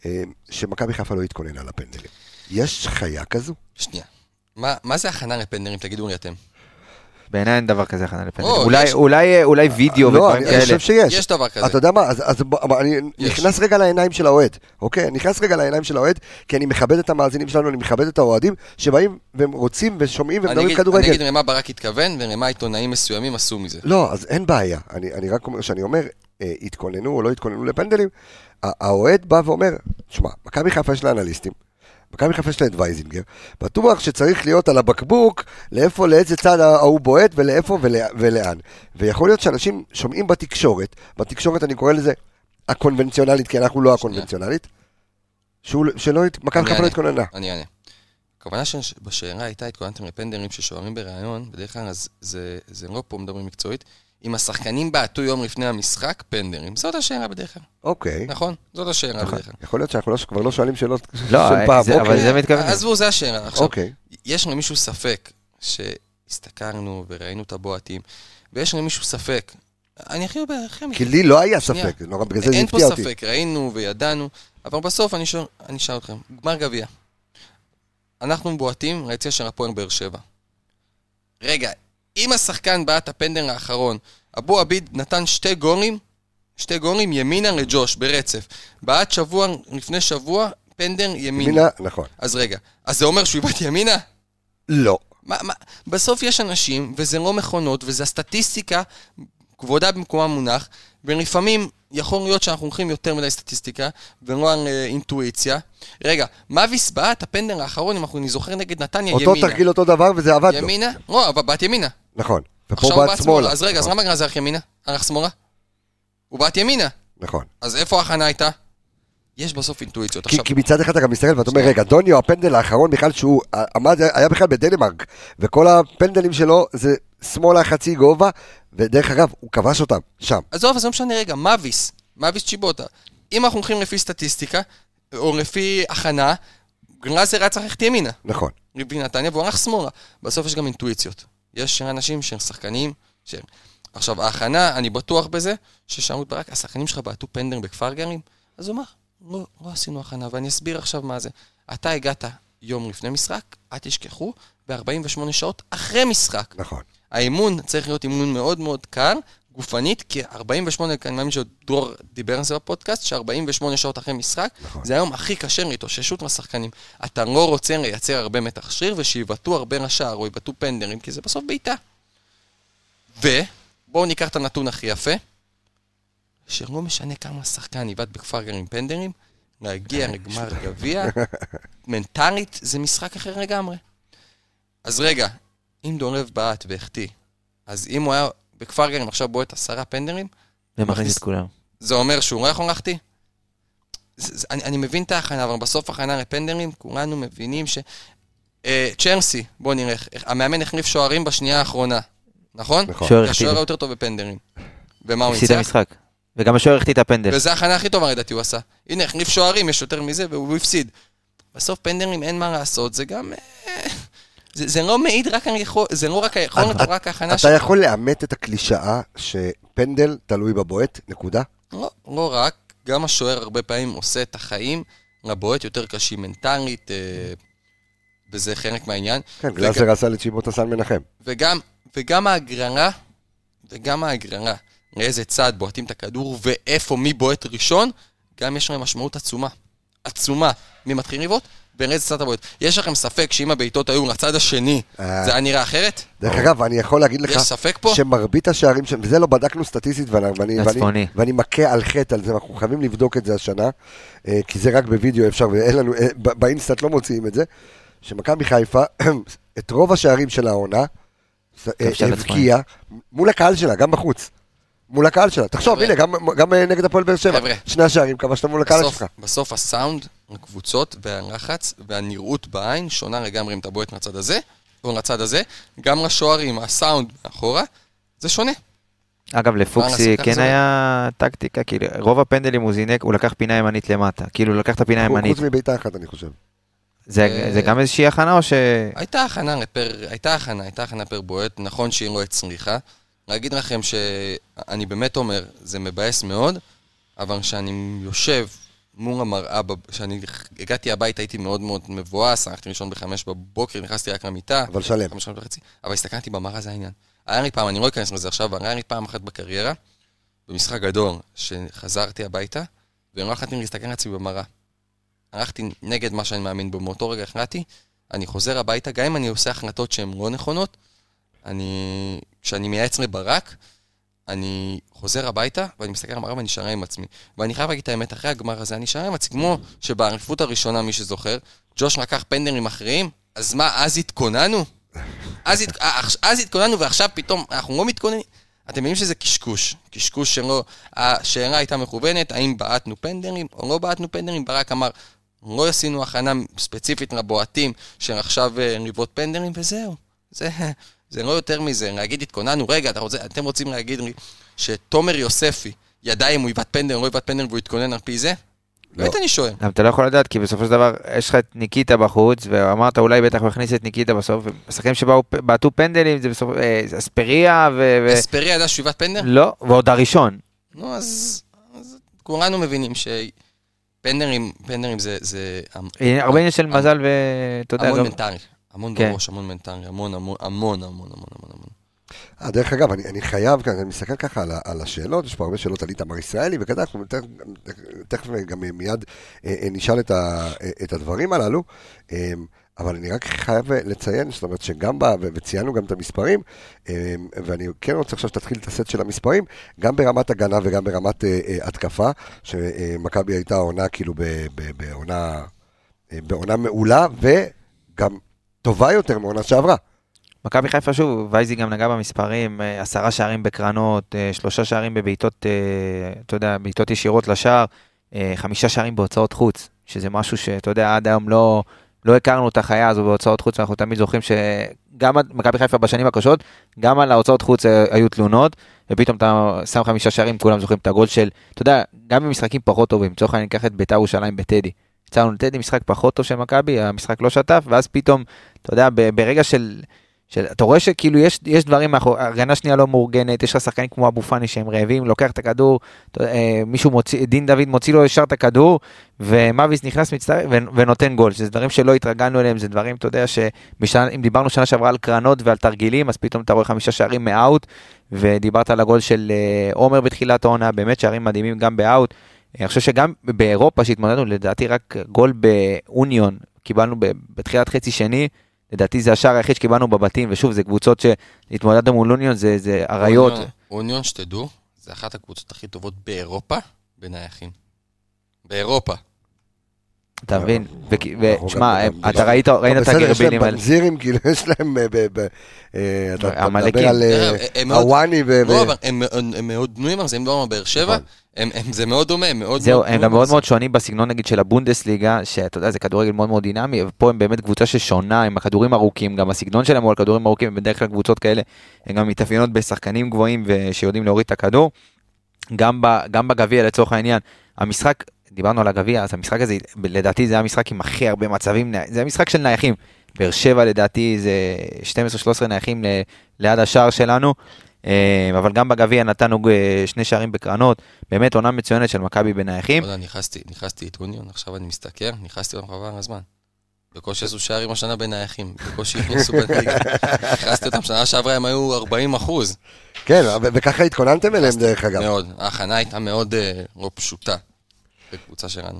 שמכבי חיפה לא התכונן על הפנדלים. יש חיה כזו? שנייה. מה, מה זה הכנה לפנדלים? תגידו לי אתם. בעיניי אין דבר כזה הכנה לפנדלים. אולי, אולי, אולי וידאו ודברים כאלה. אני חושב שיש. יש דבר כזה. אתה יודע מה, אז אני נכנס רגע לעיניים של האוהד, אוקיי? אני נכנס רגע לעיניים של האוהד, כי אני מכבד את המאזינים שלנו, אני מכבד את האוהדים, שבאים והם רוצים ושומעים ומדברים כדורגל. אני אגיד למה ברק התכוון, ולמה עיתונאים מסוימים עשו מזה. לא, אז אין בעיה. אני רק אומר, שאני אומר, התכוננו או לא התכוננו לפנדלים, האוהד בא ואומר, שמע, מכבי חיפה יש לאנליסטים, מכבי חיפה יש לה את וייזינגר, בטוח שצריך להיות על הבקבוק, לאיפה, לאיזה צד ההוא בועט, ולאיפה ולאן. ויכול להיות שאנשים שומעים בתקשורת, בתקשורת אני קורא לזה הקונבנציונלית, כי אנחנו לא הקונבנציונלית, שלא, מכבי חיפה לא התכוננה. אני אענה. הכוונה שבשאלה הייתה התכוננתם לפנדלים ששוערים ברעיון, בדרך כלל זה לא פה מדברים מקצועית, אם השחקנים בעטו יום לפני המשחק, פנדלים. זאת השאלה בדרך כלל. אוקיי. נכון? זאת השאלה בדרך כלל. יכול להיות שאנחנו כבר לא שואלים שאלות של פעם. לא, אבל זה מתכוון. עזבו, זה השאלה. עכשיו, יש לנו מישהו ספק שהסתכלנו וראינו את הבועטים, ויש לנו מישהו ספק. אני הכי הרבה לכם. כי לי לא היה ספק. אין פה ספק, ראינו וידענו. אבל בסוף אני שואל, אני אשאל אתכם, גמר גביע. אנחנו בועטים ליציע של הפועל באר שבע. רגע, אם השחקן בעט הפנדל האחרון, אבו עביד נתן שתי גולים, שתי גולים ימינה לג'וש ברצף. בעט שבוע, לפני שבוע, פנדל ימינה. ימינה, נכון. אז רגע, אז זה אומר שהוא בעט ימינה? לא. מה, מה, בסוף יש אנשים, וזה לא מכונות, וזה הסטטיסטיקה, כבודה במקומה מונח, ולפעמים יכול להיות שאנחנו הולכים יותר מדי סטטיסטיקה, ולא על אה, אינטואיציה. רגע, מביס בעט הפנדל האחרון, אם אנחנו נזוכר נגד נתניה, אותו ימינה. אותו תרגיל אותו דבר, וזה עבד לו. ימינה? לא, אבל בעט ימינה. נכון. ופה עכשיו הוא בעט בעט שמאלה. שמאלה. אז רגע, אז נכון. למה זה הלך ימינה? הלך שמאלה? הוא בעט ימינה. נכון. אז איפה ההכנה הייתה? יש בסוף אינטואיציות. כי, עכשיו, כי מצד אחד אתה גם מסתכל ואתה אומר, רגע, דוניו, הפנדל האחרון בכלל שהוא עמד, היה בכלל בדנמרק, וכל הפנדלים שלו זה שמאלה חצי גובה, ודרך אגב, הוא כבש אותם, שם. עזוב, אז לא משנה רגע, מביס, מביס צ'יבוטה. אם אנחנו הולכים לפי סטטיסטיקה, או לפי הכנה, גלאזר היה צריך ללכת ימינה. נכון. לפי נתניה, והוא הלך שמאלה. בסוף יש גם אינטואיציות. יש אנשים שהם שחקנים, ש... עכשיו, ההכנה, אני בטוח בזה, ששמעו ברק, השחקנים שלך בעטו פנדל בכפר גלים, אז הוא אמר, לא, לא עשינו הכנה, ואני אסביר עכשיו מה זה. אתה הגעת יום לפני משחק, אל תשכחו, ב-ארבעים ושמונה שעות אחרי משחק. נכון. האימון צריך להיות אימון מאוד מאוד קר, גופנית, כי ארבעים ושמונה, אני מאמין שדרור דיבר על זה בפודקאסט, ש-ארבעים ושמונה שעות אחרי משחק, נכון. זה היום הכי קשה להתאוששות מהשחקנים. אתה לא רוצה לייצר הרבה מתח שריר, ושיבטאו הרבה לשער, או יבטאו פנדרים, כי זה בסוף בעיטה. ובואו ניקח את הנתון הכי יפה, שלא משנה כמה שחקן יבט בכפר גלים פנדרים, להגיע לגמר גביע, מנטלית זה משחק אחר לגמרי. אז רגע, אם דולב בעט והחטיא, אז אם הוא היה בכפר גלים עכשיו בועט עשרה פנדרים, זה מכניס את כולם. זה אומר שהוא לא יכול להחטיא? אני, אני מבין את ההכנה, אבל בסוף הכנה לפנדרים, כולנו מבינים ש... אה, צ'לסי, בוא נלך, המאמן החליף שוערים בשנייה האחרונה, נכון? נכון. שוער החטיא. השוער יותר טוב בפנדרים. ומה הוא הפסיד את ניצח? המשחק. וגם השוער החטיא את הפנדל. וזה ההכנה הכי טובה לדעתי הוא עשה. הנה, החליף שוערים, יש יותר מזה, והוא הפסיד. בסוף פנדלים אין מה לעשות, זה גם... זה, זה לא מעיד רק על יכול, זה לא רק היכולת, או רק ההכנה אתה יכול לאמת את הקלישאה שפנדל תלוי בבועט, נקודה? לא, לא רק, גם השוער הרבה פעמים עושה את החיים לבועט יותר קשים מנטלית, אה, וזה חלק מהעניין. כן, גלאזר עשה לצ'יבוטה סן מנחם. וגם, וגם ההגרלה, וגם ההגרלה, לאיזה צד בועטים את הכדור, ואיפה מי בועט ראשון, גם יש להם משמעות עצומה. עצומה. מי מתחיל לבעוט? ולאיזה צד הבועט. יש לכם ספק שאם הבעיטות היו לצד השני, זה היה נראה אחרת? דרך אגב, אני יכול להגיד לך, יש ספק פה? שמרבית השערים, וזה לא בדקנו סטטיסטית, ואני, ואני, ואני מכה על חטא על זה, אנחנו חייבים לבדוק את זה השנה, כי זה רק בווידאו אפשר, ואין לנו, באינסטנט לא מוציאים את זה, שמכבי חיפה, את רוב השערים של העונה, הבקיע מול הקהל שלה, גם בחוץ. מול הקהל שלה. תחשוב, הנה, גם נגד הפועל באר שבע. שני השערים, כבשת מול הקהל שלך. בסוף הסאונד, הקבוצות והלחץ והנראות בעין שונה לגמרי אם אתה בועט מהצד הזה או מהצד הזה. גם לשוערים, הסאונד מאחורה, זה שונה. אגב, לפוקסי כן היה טקטיקה, כאילו, רוב הפנדלים הוא זינק, הוא לקח פינה ימנית למטה. כאילו, הוא לקח את הפינה ימנית. חוץ מביתה אחת, אני חושב. זה גם איזושהי הכנה או ש... הייתה הכנה לפר, הייתה הכנה, הייתה הכנה פר בועט, נכון שהיא לא הצליחה. להגיד לכם שאני באמת אומר, זה מבאס מאוד, אבל כשאני יושב מול המראה, כשאני הגעתי הביתה הייתי מאוד מאוד מבואס, הלכתי ראשון בחמש בבוקר, נכנסתי רק למיטה. אבל שלם. חמש שעות וחצי, אבל הסתכלתי במראה, זה העניין. היה לי פעם, אני לא אכנס לזה עכשיו, אבל היה לי פעם אחת בקריירה, במשחק גדול, שחזרתי הביתה, ולא הלכתי להסתכל לעצמי במראה. הלכתי נגד מה שאני מאמין בו, מאותו רגע החלטתי, אני חוזר הביתה, גם אם אני עושה החלטות שהן לא נכונות, אני, כשאני מייעץ לברק, אני חוזר הביתה, ואני מסתכל על המראה ואני שרה עם עצמי. ואני חייב להגיד את האמת, אחרי הגמר הזה, אני שרה עם עצמי, כמו שבעריפות הראשונה, מי שזוכר, ג'וש לקח פנדלים אחרים, אז מה, אז התכוננו? אז, הת... אז התכוננו, ועכשיו פתאום אנחנו לא מתכוננים. אתם מבינים שזה קשקוש, קשקוש שלא, השאלה הייתה מכוונת, האם בעטנו פנדלים או לא בעטנו פנדלים, ברק אמר, לא עשינו הכנה ספציפית לבועטים של עכשיו ריבות פנדלים, וזהו. זה, זה לא יותר מזה, להגיד התכוננו, רגע, אתה רוצה, אתם רוצים להגיד לי שתומר יוספי ידע אם הוא יבט פנדל או לא יבט פנדל והוא יתכונן על פי זה? לא. באמת אני שואל. גם אתה לא יכול לדעת, כי בסופו של דבר יש לך את ניקיטה בחוץ, ואמרת אולי בטח הוא הכניס את ניקיטה בסוף, ושחקנים שבעטו פנדלים, זה בסוף, אספריה ו... אספריה ידע שהוא יבט פנדל? לא, ועוד הראשון. נו, אז, אז כולנו מבינים ש... פנדרים, פנדרים זה... זה הרבה עניין של מזל ואתה יודע... המון מנטרי, המון בראש, המון מנטרי, המון, המון, המון, המון, המון, המון. דרך אגב, אני, אני חייב, אני מסתכל ככה על, על השאלות, יש פה הרבה שאלות על איתמר ישראלי, וכזה, אנחנו תכף גם מיד נשאל את, ה, את הדברים הללו, אבל אני רק חייב לציין, זאת אומרת שגם בה, וציינו גם את המספרים, ואני כן רוצה עכשיו שתתחיל את הסט של המספרים, גם ברמת הגנה וגם ברמת התקפה, שמכבי הייתה עונה כאילו בעונה, בעונה מעולה, וגם טובה יותר מעונה שעברה. מכבי חיפה שוב, וייזי גם נגע במספרים, עשרה שערים בקרנות, שלושה שערים בבעיטות, אתה יודע, בעיטות ישירות לשער, חמישה שערים בהוצאות חוץ, שזה משהו שאתה יודע, עד היום לא, לא הכרנו את החיה הזו בהוצאות חוץ, ואנחנו תמיד זוכרים שגם מכבי חיפה בשנים הקשות, גם על ההוצאות חוץ היו תלונות, ופתאום אתה שם חמישה שערים, כולם זוכרים את הגול של, אתה יודע, גם במשחקים פחות טובים, צורך אני אקח את בית"ר ירושלים בטדי, יצאנו לטדי, משחק פחות טוב של מכבי, המשחק לא שטף, ואז פתאום, אתה יודע, ברגע של של, אתה רואה שכאילו יש, יש דברים מאחור, הגנה שנייה לא מאורגנת, יש לך שחקנים כמו אבו פאני שהם רעבים, לוקח את הכדור, מישהו מוציא, דין דוד מוציא לו ישר את הכדור, ומאביס נכנס מצטרף ונותן גול, שזה דברים שלא התרגלנו אליהם, זה דברים, אתה יודע, שאם דיברנו שנה שעברה על קרנות ועל תרגילים, אז פתאום אתה רואה חמישה שערים מאוט, ודיברת על הגול של עומר בתחילת העונה, באמת שערים מדהימים גם באוט, אני חושב שגם באירופה שהתמודדנו, לדעתי רק גול באוניון, קיבלנו בתחילת חצי שני, לדעתי זה השער היחיד שקיבלנו בבתים, ושוב, זה קבוצות שהתמודדנו מול אוניון, זה, זה עריות. אוניון, שתדעו, זה אחת הקבוצות הכי טובות באירופה, בנייחים. באירופה. אתה מבין? ותשמע, אתה ראית את הגרבינים האלה. יש להם בנזירים, כאילו יש להם, אתה מדבר על הוואני. הם מאוד בנויים, אז הם לא באר שבע, זה מאוד דומה. זהו, הם גם מאוד מאוד שונים בסגנון נגיד של הבונדסליגה, שאתה יודע, זה כדורגל מאוד מאוד דינמי, ופה הם באמת קבוצה ששונה, עם הכדורים ארוכים, גם הסגנון שלהם הוא על כדורים ארוכים, ובדרך כלל קבוצות כאלה, הם גם מתאפיינות בשחקנים גבוהים, ושיודעים להוריד את הכדור. גם בגביע לצורך העניין, המשחק, דיברנו על הגביע, אז המשחק הזה, לדעתי זה המשחק עם הכי הרבה מצבים, זה המשחק של נייחים, באר שבע לדעתי זה שתים עשרה שלוש עשרה נייחים ליד השער שלנו, אבל גם בגביע נתנו שני שערים בקרנות, באמת עונה מצוינת של מכבי בנייחים. נכנסתי את אוניון, עכשיו אני מסתכל, נכנסתי אותם חבל הזמן. בקושי עשו שערים השנה בנייחים, בקושי הכניסו בליגה. נכנסתי אותם, שנה שעברה הם היו ארבעים אחוז. כן, וככה התכוננתם אליהם דרך אגב. מאוד, ההכנה הייתה מאוד לא פשוטה. בקבוצה שלנו.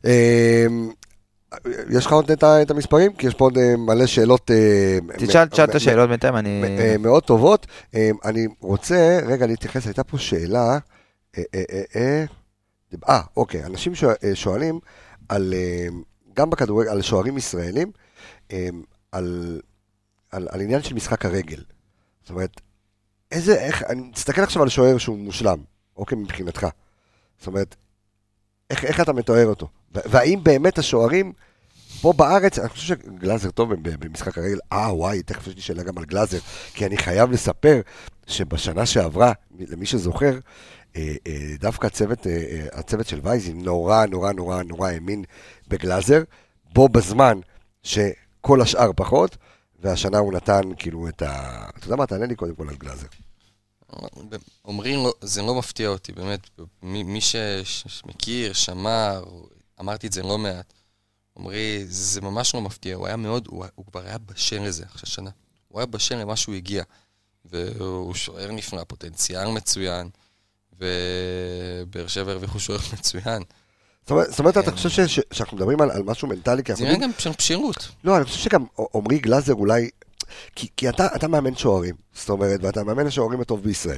יש לך עוד את המספרים? כי יש פה עוד מלא שאלות. תשאל את השאלות בינתיים, אני... מאוד טובות. אני רוצה, רגע, להתייחס, הייתה פה שאלה. אה, אוקיי, אנשים שואלים על, גם בכדורגל, על שוערים ישראלים, על עניין של משחק הרגל. זאת אומרת, איזה, איך, אני תסתכל עכשיו על שוער שהוא מושלם, אוקיי, מבחינתך. זאת אומרת, איך, איך אתה מתואר אותו? והאם באמת השוערים פה בארץ, אני חושב שגלאזר טוב במשחק הרגל, אה וואי, תכף יש לי שאלה גם על גלאזר, כי אני חייב לספר שבשנה שעברה, למי שזוכר, דווקא הצוות, הצוות של וייזי נורא נורא נורא נורא האמין בגלאזר, בו בזמן שכל השאר פחות, והשנה הוא נתן כאילו את ה... אתה יודע מה, תענה לי קודם כל על גלאזר. אומרים, זה לא מפתיע אותי, באמת, מי שמכיר, שמר, אמרתי את זה לא מעט, אומרי, זה ממש לא מפתיע, הוא היה מאוד, הוא, הוא כבר היה בשל לזה, אחרי שנה, הוא היה בשל למה שהוא הגיע, והוא שוער נפלא, פוטנציאל מצוין, ובאר שבע הרוויחו שוער מצוין. זאת אומרת, אתה חושב שאנחנו מדברים על משהו מנטלי? זה נראה גם של פשירות. לא, אני חושב שגם אומרי גלאזר אולי, כי, כי אתה, אתה מאמן שוערים, זאת אומרת, ואתה מאמן השוערים הטוב בישראל,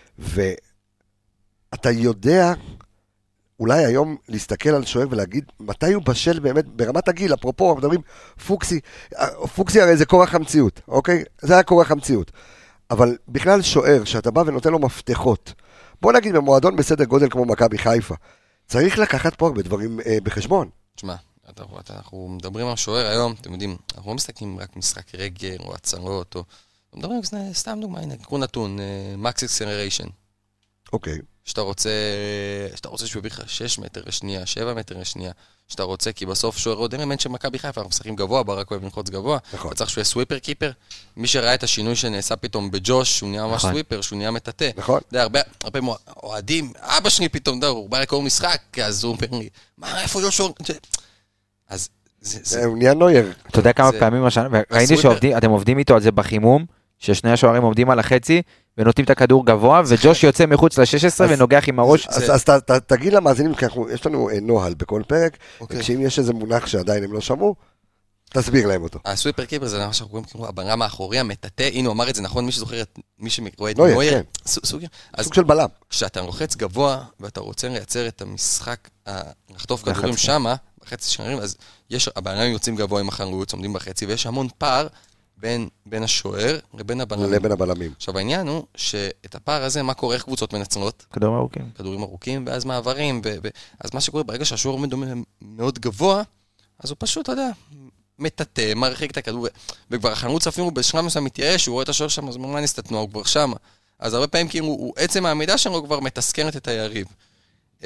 ואתה יודע אולי היום להסתכל על שוער ולהגיד מתי הוא בשל באמת ברמת הגיל, אפרופו, מדברים פוקסי, פוקסי הרי זה כורח המציאות, אוקיי? זה היה כורח המציאות. אבל בכלל שוער שאתה בא ונותן לו מפתחות, בוא נגיד במועדון בסדר גודל כמו מכבי חיפה, צריך לקחת פה הרבה דברים אה, בחשבון. תשמע, אנחנו מדברים על שוער היום, אתם יודעים, אנחנו לא מסתכלים רק משחק רגל או הצלות, או... מדברים סתם דוגמה, הנה, קרו נתון, מקס אקסלריישן. אוקיי. שאתה רוצה, שאתה רוצה שהוא יביא לך שש מטר לשנייה, שבע מטר לשנייה, שאתה רוצה, כי בסוף שוער עוד אלמנט של מכבי חיפה, אנחנו משחקים גבוה, ברק אוהב ללחוץ גבוה, נכון. אתה צריך שהוא יהיה סוויפר קיפר, מי שראה את השינוי שנעשה פתאום בג'וש, שהוא נהיה ממש נכון. סוויפר, שהוא נהיה מטאטא. נכון. אתה יודע, הרבה, הרבה אוהדים, אבא שלי פתאום, דה, הוא בא לקרוא משחק, אז הוא אומר לי, מה, איפה יושע? אז זה, זה... הוא נהיה נויר. אתה יודע כמה זה- פעמים השנה, ראיתי הסוויפר- שאתם עובדים איתו על זה בחימום, ששני השוערים עומדים על החצי, ונותנים את הכדור גבוה, וג'וש יוצא מחוץ ל-שש עשרה אז- ונוגח עם הראש. אז אז ת- ת- תגיד למאזינים, כי אנחנו- יש לנו אה, נוהל בכל פרק, אוקיי. וכשאם יש איזה מונח שעדיין הם לא שמעו, תסביר להם אותו. הסוויפר קיפר זה מה שאנחנו קוראים כאילו הברם האחורי, המטאטא, הנה הוא אמר את זה נכון, מי שזוכר את מי שרואה את נויר, נויר, כן. סוג- סוג- אז סוג של בלם. כשאתה לוחץ גבוה ואתה רוצה לייצר את המשחק, ה- לחטוף לחץ, כדורים כן. שמה, בחצי שנרים, אז יש, הבלמים יוצאים גבוה עם החלוץ, עומדים בחצי, ויש המון פער בין, בין השוער לבין הבלמים. לבין הבלמים. עכשיו העניין הוא שאת הפער הזה, מה קורה, איך קבוצות מנצלות? כדורים ארוכים. כדורים ארוכים, ואז מעברים, ו- ו- אז מה שקורה ברגע שהשוער עומד מאוד גבוה, אז הוא פשוט, אתה יודע, מטאטא, מרחיק את הכדור, וכבר החלוץ אפילו בשלב מסוים מתייאש, הוא רואה את השוער שם, אז מה נסת התנועה, הוא כבר שם. אז הרבה פעמים כאילו, הוא, עצם העמידה שלו כבר מתסכנת את היריב. אה,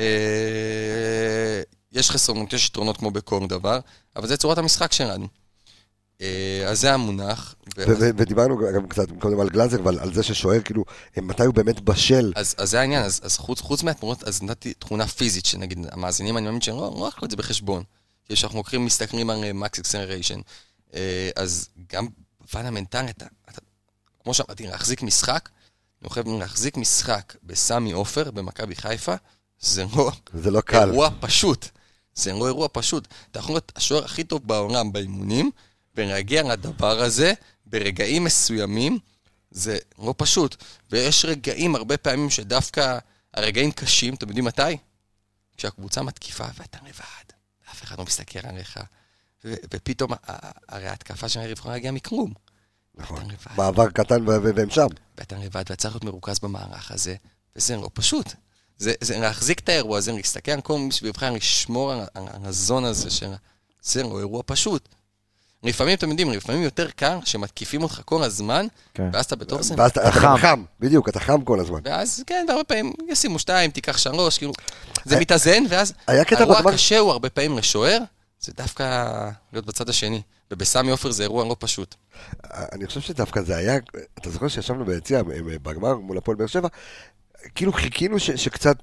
יש חסרונות, יש יתרונות כמו בכל דבר, אבל זה צורת המשחק שלנו. אה, אז זה המונח. ו- ו- ודיברנו גם קצת קודם על גלאזר, אבל על זה ששוער, כאילו, מתי הוא באמת בשל. אז, אז זה העניין, אז, אז חוץ, חוץ מהתמונות, אז נתתי תכונה פיזית, שנגיד, המאזינים, אני מאמין שהם לא, לא לקחו את זה בחשבון. כי כשאנחנו לוקחים, מסתכלים על מקס אקסלריישן, אז גם בפן המנטלי, אתה, אתה, כמו שאמרתי, להחזיק משחק, אני חושב להחזיק משחק בסמי עופר, במכבי חיפה, זה לא זה לא קל. אירוע פשוט. זה לא אירוע פשוט. אתה יכול להיות השוער הכי טוב בעולם באימונים, ולהגיע לדבר הזה, ברגעים מסוימים, זה לא פשוט. ויש רגעים, הרבה פעמים, שדווקא הרגעים קשים, אתם יודעים מתי? כשהקבוצה מתקיפה ואתה לבד, ואף אחד לא מסתכל עליך, ו- ופתאום, ה- ה- הרי ההתקפה של היריב יכולה להגיע מכלום. נכון. ואתה לבד, מעבר קטן ו- ו- והם שם. ואתה לבד, ואתה צריך להיות מרוכז במערך הזה, וזה לא פשוט. זה, זה להחזיק את האירוע הזה, להסתכל על כל מי סביבך, לשמור על, על, על הזון הזה, של... זה לא אירוע פשוט. לפעמים, אתם יודעים, לפעמים יותר קר שמתקיפים אותך כל הזמן, כן. ואז אתה בתור זה. ואז אתה אתה חם. גם חם, בדיוק, אתה חם כל הזמן. ואז, כן, והרבה פעמים ישימו שתיים, תיקח שלוש, כאילו, זה מתאזן, ואז היה קטע האירוע בגמר- הקשה הוא הרבה פעמים לשוער, זה דווקא להיות בצד השני. ובסמי עופר זה אירוע לא פשוט. אני חושב שדווקא זה היה, אתה זוכר שישבנו ביציע בגמר מול הפועל באר שבע, כאילו חיכינו ש- שקצת,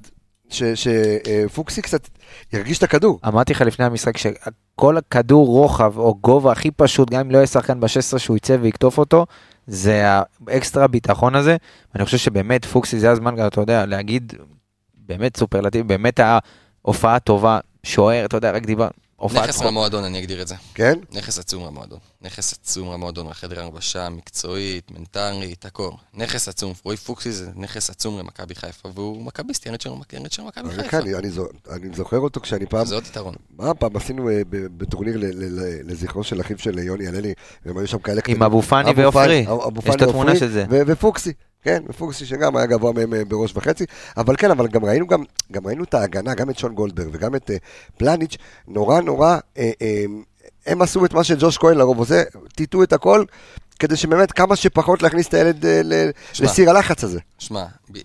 שפוקסי קצת ירגיש את הכדור. אמרתי לך לפני המשחק שכל הכדור רוחב או גובה הכי פשוט, גם אם לא יהיה שחקן ב-שש עשרה שהוא יצא ויקטוף אותו, זה האקסטרה ביטחון הזה. ואני חושב שבאמת פוקסי זה הזמן, אתה יודע, להגיד באמת סופרלטיב, באמת ההופעה טובה, שוער, אתה יודע, רק דיבר, הופעה נכס למועדון, אני אגדיר את זה. כן? נכס עצום למועדון. נכס עצום למועדון, לחדר הלבשה, מקצועית, מנטלית, הכל. נכס עצום. רועי פוקסי זה נכס עצום למכבי חיפה, והוא מכביסט, ילד שלו, ילד של מכבי אבל חיפה. כן, אני- אני זו- אני זוכר אותו כשאני פעם, זה עוד יתרון. מה פעם עשינו אה, ב- בטורניר ל- ל- ל- לזכרו של אחיו של יוני הללי, והם היו שם כאלה עם אבו פאני אבו ועופרי. פאני, אבו יש פאני את התמונה ועופרי, של זה. ו- ופוקסי, כן, ופוקסי שגם היה גבוה מהם אה, בראש וחצי, אבל כן, אבל גם ראינו גם, גם ראינו את ההגנה, גם את שון גולדברג וגם את אה, פלניץ', נורא נורא, אה, אה, הם עשו את מה שג'וש כהן לרוב עושה, טיטו את הכל, כדי שבאמת כמה שפחות להכניס את הילד אה, ל- שמע. לסיר הלחץ הזה. שמע, ב-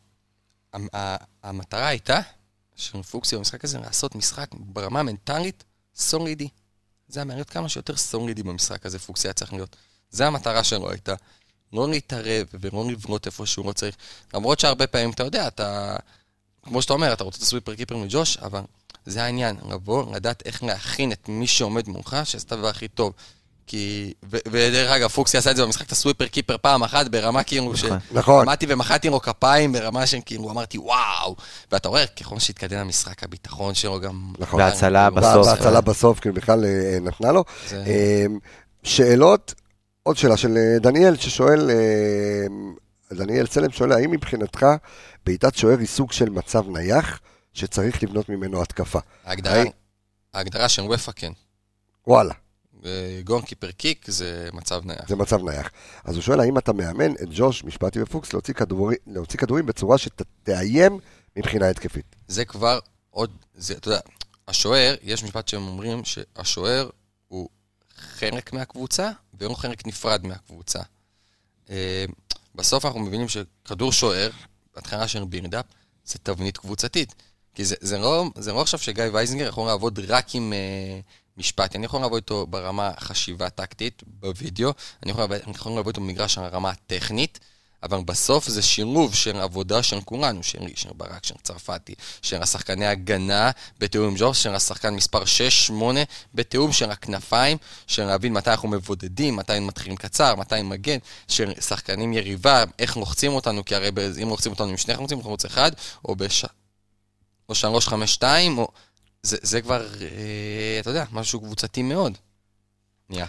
המ- ה- המטרה הייתה של פוקסי במשחק הזה לעשות משחק ברמה המנטלית סולידי. זה היה מעניין כמה שיותר סולידי במשחק הזה, פוקסי היה צריך להיות. זה המטרה שלו הייתה. לא להתערב ולא לבנות איפה שהוא לא צריך. למרות שהרבה פעמים, אתה יודע, אתה, כמו שאתה אומר, אתה רוצה את הסוויפר קיפר מג'וש, אבל זה העניין, לבוא, לדעת איך להכין את מי שעומד מולך, שעשת הדבר הכי טוב. כי, ו- ודרך אגב, פוקסי עשה את זה במשחק, את הסוויפר קיפר פעם אחת, ברמה כאילו ש... נכון. עמדתי ומחאתי לו כפיים, ברמה שכאילו אמרתי, וואו! ואתה רואה, ככל שהתקדם המשחק, הביטחון שלו גם... נכון. וההצלה כאילו, בסוף. בהצלה בסוף, כאילו בכלל אה, נתנה לו. זה- אה, שאלות, עוד שאלה של אה, דניאל, ששואל, אה, דניאל סלם שואל, האם מבחינתך בעיטת שוער היא סוג של מצב נייח, שצריך לבנות ממנו התקפה? ההגדרה, היי. ההגדרה של וופא כן. וואלה, גון קיפר קיק זה מצב נייח. זה מצב נייח. אז הוא שואל, האם אתה מאמן את ג'וש, משפטי ופוקס, להוציא כדורי, להוציא כדורים בצורה שתאיים מבחינה התקפית? זה כבר עוד, זה, אתה יודע, השוער, יש משפט שהם אומרים שהשוער הוא חלק מהקבוצה, והוא חלק נפרד מהקבוצה. אה, בסוף אנחנו מבינים שכדור שוער, בהתחלה של בירדאפ, זה תבנית קבוצתית. כי זה, זה, לא, זה לא עכשיו שגיא וייזינגר יכול לעבוד רק עם uh, משפט. אני יכול לעבוד איתו ברמה חשיבה טקטית, בווידאו, אני יכול, אני יכול לעבוד איתו במגרש הרמה הטכנית, אבל בסוף זה שילוב של עבודה של כולנו, של, של ברק, של צרפתי, של השחקני הגנה בתיאום עם ג'וס, של השחקן מספר שש שמונה בתיאום של הכנפיים, של להבין מתי אנחנו מבודדים, מתי מתחילים קצר, מתי מגן, של שחקנים יריבה, איך לוחצים אותנו, כי הרי אם לוחצים אותנו עם שני חמוצים, חמוץ אחד, או בש... או שלוש חמש שתיים, או... זה, זה כבר, אה, אתה יודע, משהו קבוצתי מאוד. נהיה.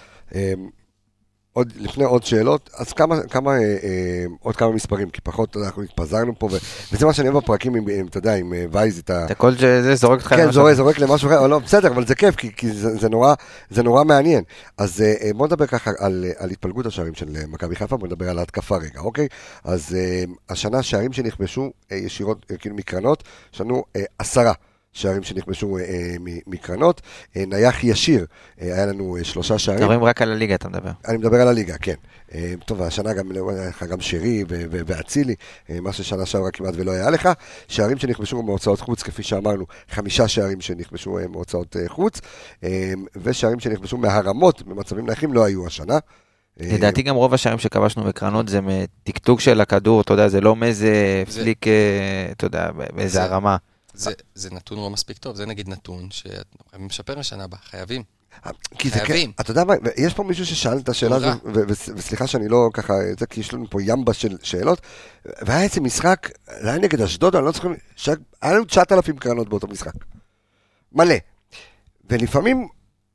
עוד, לפני עוד שאלות, אז כמה, כמה, אה, אה, עוד כמה מספרים, כי פחות אנחנו התפזרנו פה, ו, וזה מה שאני אוהב בפרקים, עם, עם, אתה יודע, עם וייז, את ה... את הכל זה זורק אותך כן, למשהו. זורק, זורק למשהו אחר, אבל לא, בסדר, אבל זה כיף, כי, כי זה, זה, נורא, זה נורא מעניין. אז אה, בוא נדבר ככה על, על התפלגות השערים של מכבי חיפה, בוא נדבר על ההתקפה רגע, אוקיי? אז אה, השנה השערים שנכבשו אה, ישירות, אה, כאילו מקרנות, יש לנו אה, עשרה. שערים שנכבשו אה, מקרנות, אה, נייח ישיר, אה, היה לנו אה, שלושה שערים. מדברים רק על הליגה, אתה מדבר. אני מדבר על הליגה, כן. אה, טוב, השנה גם, גם שרי ואצילי, אה, מה ששנה שעברה כמעט ולא היה לך. שערים שנכבשו מהוצאות חוץ, כפי שאמרנו, חמישה שערים שנכבשו אה, מהוצאות אה, חוץ, אה, ושערים שנכבשו מהרמות, במצבים נייחים, לא היו השנה. לדעתי גם רוב השערים שכבשנו בקרנות זה מטקטוק של הכדור, אתה יודע, זה לא מאיזה פליק, אתה יודע, באיזה הרמה. זה, זה נתון לא מספיק טוב, זה נגיד נתון שאני משפר לשנה הבאה, חייבים. כי חייבים. אתה יודע מה, יש פה מישהו ששאל את השאלה הזו, וסליחה שאני לא ככה, זה כי יש לנו פה ימבה של שאלות, והיה איזה משחק, זה היה נגד אשדוד, אני לא צריכים, היה לנו תשעת אלפים קרנות באותו משחק. מלא. ולפעמים,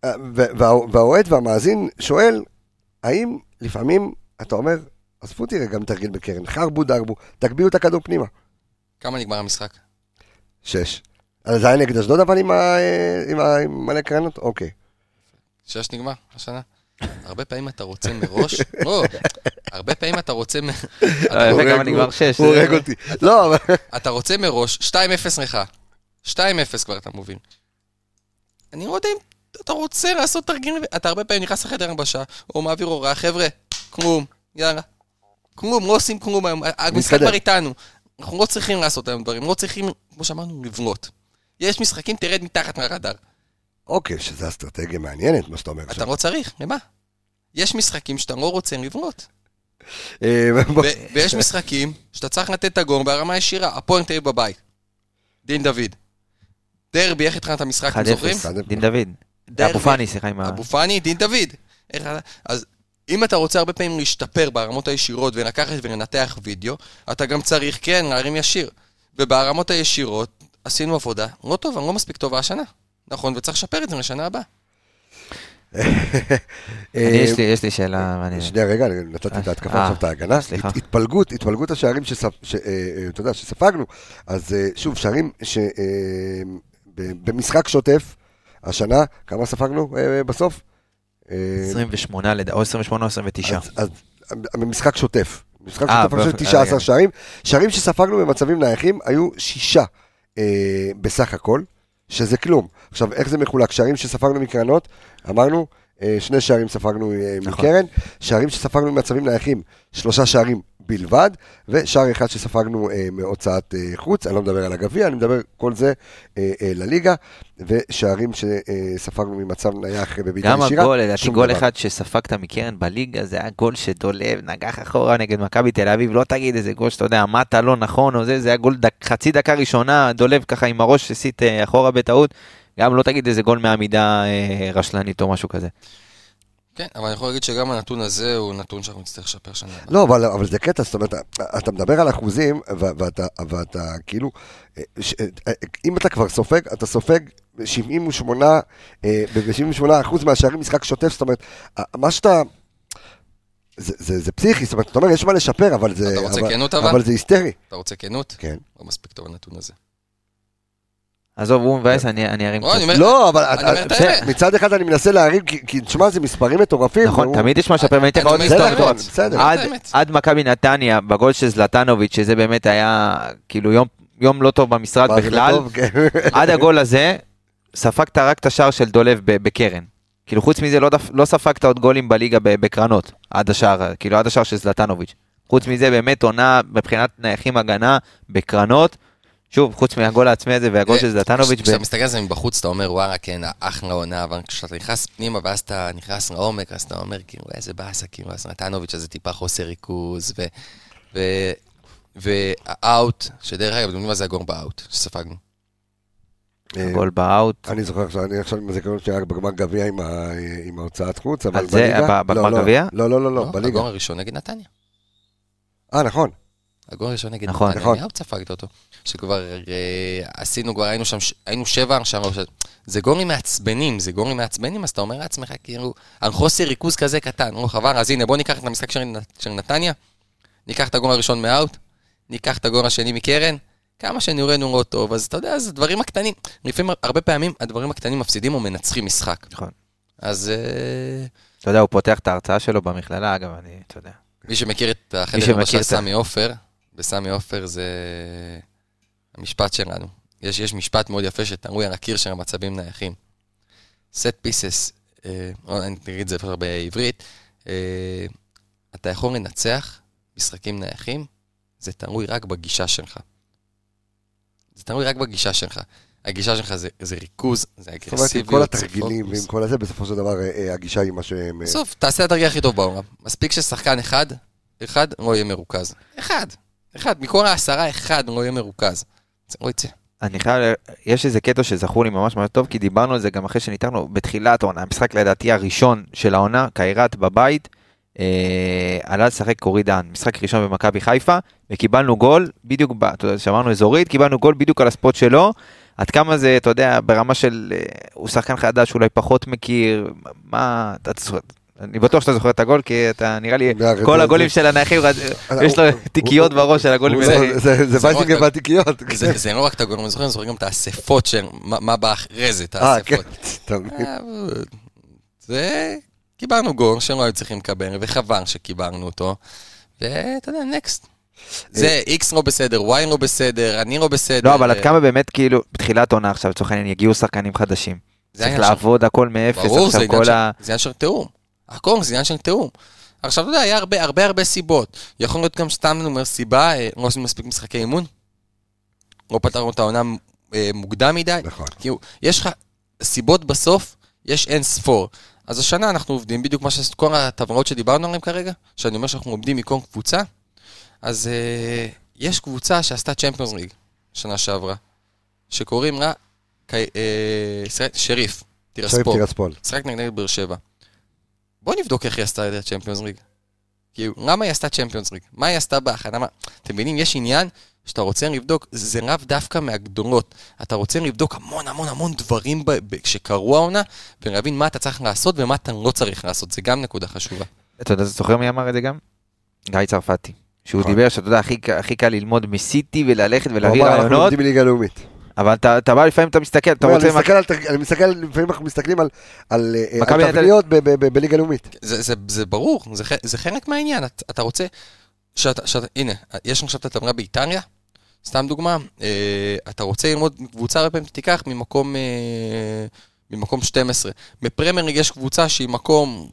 והאוהד והמאזין שואל, האם לפעמים, אתה אומר, עזבו תראה גם תרגיל בקרן, חרבו דרבו, תגביאו את הכדור פנימה. כמה נגמר המשחק? שש. אז זה היה נגד אשדוד, אבל עם, ה... עם, ה... עם מלא קרנות? אוקיי. שש נגמר, השנה. הרבה פעמים אתה רוצה מראש, לא, הרבה פעמים אתה רוצה, וגם נגמר שש. הוא הורג אותי. לא, אבל... אתה רוצה מראש, שתיים אפס לך. שתיים אפס כבר אתה מוביל. אני לא יודע אם אתה רוצה לעשות תרגיל, אתה הרבה פעמים נכנס לחדר הרבשה, או מעביר הוראה, חבר'ה, כלום, יאללה. כלום, לא עושים כלום היום. המשחק כבר איתנו. אנחנו לא צריכים לעשות היום דברים, לא צריכים, כמו שאמרנו, לבנות. יש משחקים, תרד מתחת מהרדאר. אוקיי, שזו אסטרטגיה מעניינת, מה שאתה אומר עכשיו. אתה לא צריך, למה? יש משחקים שאתה לא רוצה לבנות. ויש משחקים שאתה צריך לתת את הגול ברמה ישירה, הפועל תל אביב בבית. דין דוד. דרבי, איך התחלת המשחק, אתם זוכרים? דין דוד. אבו פאני, שיחה עם ה... אבו פאני, דין דוד. אז... אם אתה רוצה הרבה פעמים להשתפר ברמות הישירות ולקחת ולנתח וידאו, אתה גם צריך, כן, להרים ישיר. וברמות הישירות עשינו עבודה לא טובה, לא מספיק טובה השנה. נכון, וצריך לשפר את זה לשנה הבאה. יש לי שאלה מעניינת. שנייה רגע, נתתי את ההתקפה עכשיו את ההגנה. התפלגות, התפלגות השערים שספגנו. אז שוב, שערים במשחק שוטף, השנה, כמה ספגנו בסוף? עשרים ושמונה, או עשרים ושמונה או עשרים ותשע. אז במשחק שוטף, משחק שוטף של תשעה עשר שערים, שערים שספגנו במצבים נייחים, היו שישה בסך הכל, שזה כלום. עכשיו, איך זה מחולק? שערים שספגנו מקרנות, אמרנו, שני שערים ספגנו מקרן, שערים שספגנו במצבים נייחים, שלושה שערים בלבד, ושער אחד שספגנו מהוצאת חוץ, אני לא מדבר על הגביע, אני מדבר כל זה לליגה, ושערים שספגנו ממצב נייח בביתה ישירה. גם הגול, לדעתי גול אחד שספגת מקרן בליגה, זה היה גול שדולב, נגח אחורה נגד מכבי תל אביב, לא תגיד איזה גול שאתה יודע, עמדת לא נכון או זה, זה היה גול חצי דקה ראשונה, דולב ככה עם הראש שסיט אחורה בטעות, גם לא תגיד איזה גול מעמידה רשלנית או משהו כזה. כן, אבל אני יכול להגיד שגם הנתון הזה הוא נתון שאנחנו נצטרך לשפר שנה. לא, אבל, אבל זה קטע, זאת אומרת, אתה מדבר על אחוזים, ואתה, ואתה כאילו, אם אתה כבר סופג, אתה סופג שבעים ושמונה, ב-שבעים ושמונה אחוז מהשערים משחק שוטף, זאת אומרת, מה שאתה, זה, זה, זה פסיכי, זאת אומרת, אתה אומר, יש מה לשפר, אבל זה, אתה רוצה אבל, כנות אבל? אבל זה היסטרי. אתה רוצה כנות? כן. לא מספיק טוב הנתון הזה. עזוב, הוא מבאס, אני ארים קצת. לא, אבל מצד אחד אני מנסה להרים, כי תשמע, זה מספרים מטורפים. נכון, תמיד יש מה לשפר, ואני אתן לך עוד מספר. עד מכבי נתניה, בגול של זלטנוביץ', שזה באמת היה כאילו יום לא טוב במשרד בכלל, עד הגול הזה, ספגת רק את השער של דולב בקרן. כאילו חוץ מזה לא ספגת עוד גולים בליגה בקרנות, עד השער, כאילו עד השער של זלטנוביץ'. חוץ מזה באמת עונה מבחינת נייחים הגנה בקרנות, שוב, חוץ מהגול העצמי הזה והגול של זלטנוביץ'. כשאתה מסתכל על זה מבחוץ, אתה אומר, ווארה, כן, אחלה עונה, אבל כשאתה נכנס פנימה, ואז אתה נכנס לעומק, אז אתה אומר, כאילו, איזה באסה, כאילו, זלטנוביץ' הזה טיפה חוסר ריכוז, והאוט, שדרך אגב, דומים מה זה הגול באאוט, שספגנו. הגול באאוט. אני זוכר עכשיו, אני עכשיו עם הזיכרון שהיה רק בגמר גביע עם ההוצאת חוץ, אבל בליגה... על זה, בגמר גביע? לא, לא, לא, לא, בליגה. הגול הראשון נגד נתניה. אה, נכון. הגול הראשון נגד נכון, נתניה, אני ספגת אותו. שכבר עשינו, כבר היינו שם, היינו שבע, שם, זה גולים מעצבנים, זה גולים מעצבנים, אז אתה אומר לעצמך, כאילו, על חוסר ריכוז כזה קטן, לא חבר, אז הנה, בוא ניקח את המשחק של נתניה, ניקח את הגול הראשון מאוט, ניקח את הגול השני מקרן, כמה שנראינו לא טוב, אז אתה יודע, זה דברים הקטנים, לפעמים, הרבה פעמים, הדברים הקטנים מפסידים או מנצחים משחק. נכון. אז... אתה יודע, הוא פותח את ההרצאה שלו במכללה, אגב, אני, אתה יודע. מי שמכיר את החדר של סמי עופר, בסמי עופר זה המשפט שלנו. יש, יש משפט מאוד יפה שתראו על הקיר של המצבים נייחים. set pieces, אה, אני תגיד את זה בעברית, אה, אתה יכול לנצח משחקים נייחים, זה תלוי רק בגישה שלך. זה תלוי רק בגישה שלך. הגישה שלך זה, זה ריכוז, זה אגרסיביות. זאת אומרת, עם כל התרגילים ועם כל הזה, בסופו של דבר, הגישה היא מה שהם... בסוף, תעשה את התרגיל הכי טוב בעולם. מספיק ששחקן אחד, אחד לא יהיה מרוכז. אחד. אחד. מכל העשרה, אחד לא יהיה מרוכז. זה לא יצא. אני חייב, יש איזה קטע שזכור לי ממש ממש טוב, כי דיברנו על זה גם אחרי שניתרנו בתחילת העונה. המשחק לדעתי הראשון של העונה, קיירת בבית, אה, עלה לשחק קורי דן. משחק ראשון במכבי חיפה, וקיבלנו גול, בדיוק, אתה יודע, שמענו אזורית, קיבלנו גול בדיוק על הספוט שלו, עד כמה זה, אתה יודע, ברמה של, הוא שחקן חדש, אולי פחות מכיר, מה, אתה זוכר, אני בטוח שאתה זוכר את הגול, כי אתה נראה לי, כל הגולים של הנייחים, יש לו תיקיות בראש של הגולים. זה וייזינגר והתיקיות. זה לא רק את הגולים, אני זוכר, אני זוכר גם את האספות של, מה בא אחרי זה, את האספות. זה, קיבלנו גול, שלא היו צריכים לקבל, וחבל שקיבלנו אותו, ואתה יודע, נקסט. זה X לא בסדר, Y לא בסדר, אני לא בסדר. לא, אבל עד כמה באמת כאילו, בתחילת עונה עכשיו, לצורך העניין, יגיעו שחקנים חדשים. צריך לעבוד הכל מאפס. ברור, זה עניין של תיאום. הכל זה עניין של תיאום. עכשיו, אתה יודע, היה הרבה הרבה הרבה סיבות. יכול להיות גם סתם נאמר סיבה, לא עושים מספיק משחקי אימון, לא פתרנו את העונה מוקדם מדי. נכון. יש לך סיבות בסוף, יש אין ספור. אז השנה אנחנו עובדים בדיוק מה שכל הטבלאות שדיברנו עליהם כרגע, שאני אומר שאנחנו עובדים מכל קבוצה, אז uh, יש קבוצה שעשתה צ'מפיונס ליג שנה שעברה, שקוראים לה uh, שריף, טירספול. שחק נגד באר שבע. בואו נבדוק איך היא עשתה את הצ'מפיונס ליג. כאילו, למה היא עשתה צ'מפיונס ליג? מה היא עשתה בהכנה? אתם מבינים, יש עניין שאתה רוצה לבדוק, זה רב דווקא מהגדולות. אתה רוצה לבדוק המון המון המון דברים ב- ב- שקרו העונה, ולהבין מה אתה צריך לעשות ומה אתה לא צריך לעשות. זה גם נקודה חשובה. אתה יודע, זוכר מי אמר את זה גם? גיא צרפתי. שהוא דיבר שאתה יודע, הכי קל ללמוד מסיטי וללכת ולהביא רעיונות. אנחנו לומדים בליגה לאומית. אבל אתה בא לפעמים, אתה מסתכל, אתה רוצה... אני מסתכל, לפעמים אנחנו מסתכלים על תבניות בליגה לאומית. זה ברור, זה חלק מהעניין. אתה רוצה, הנה, יש עכשיו את התמרה באיטליה, סתם דוגמה, אתה רוצה ללמוד קבוצה הרבה פעמים, תיקח ממקום שתים עשרה. בפרמייר ליג יש קבוצה שהיא מקום...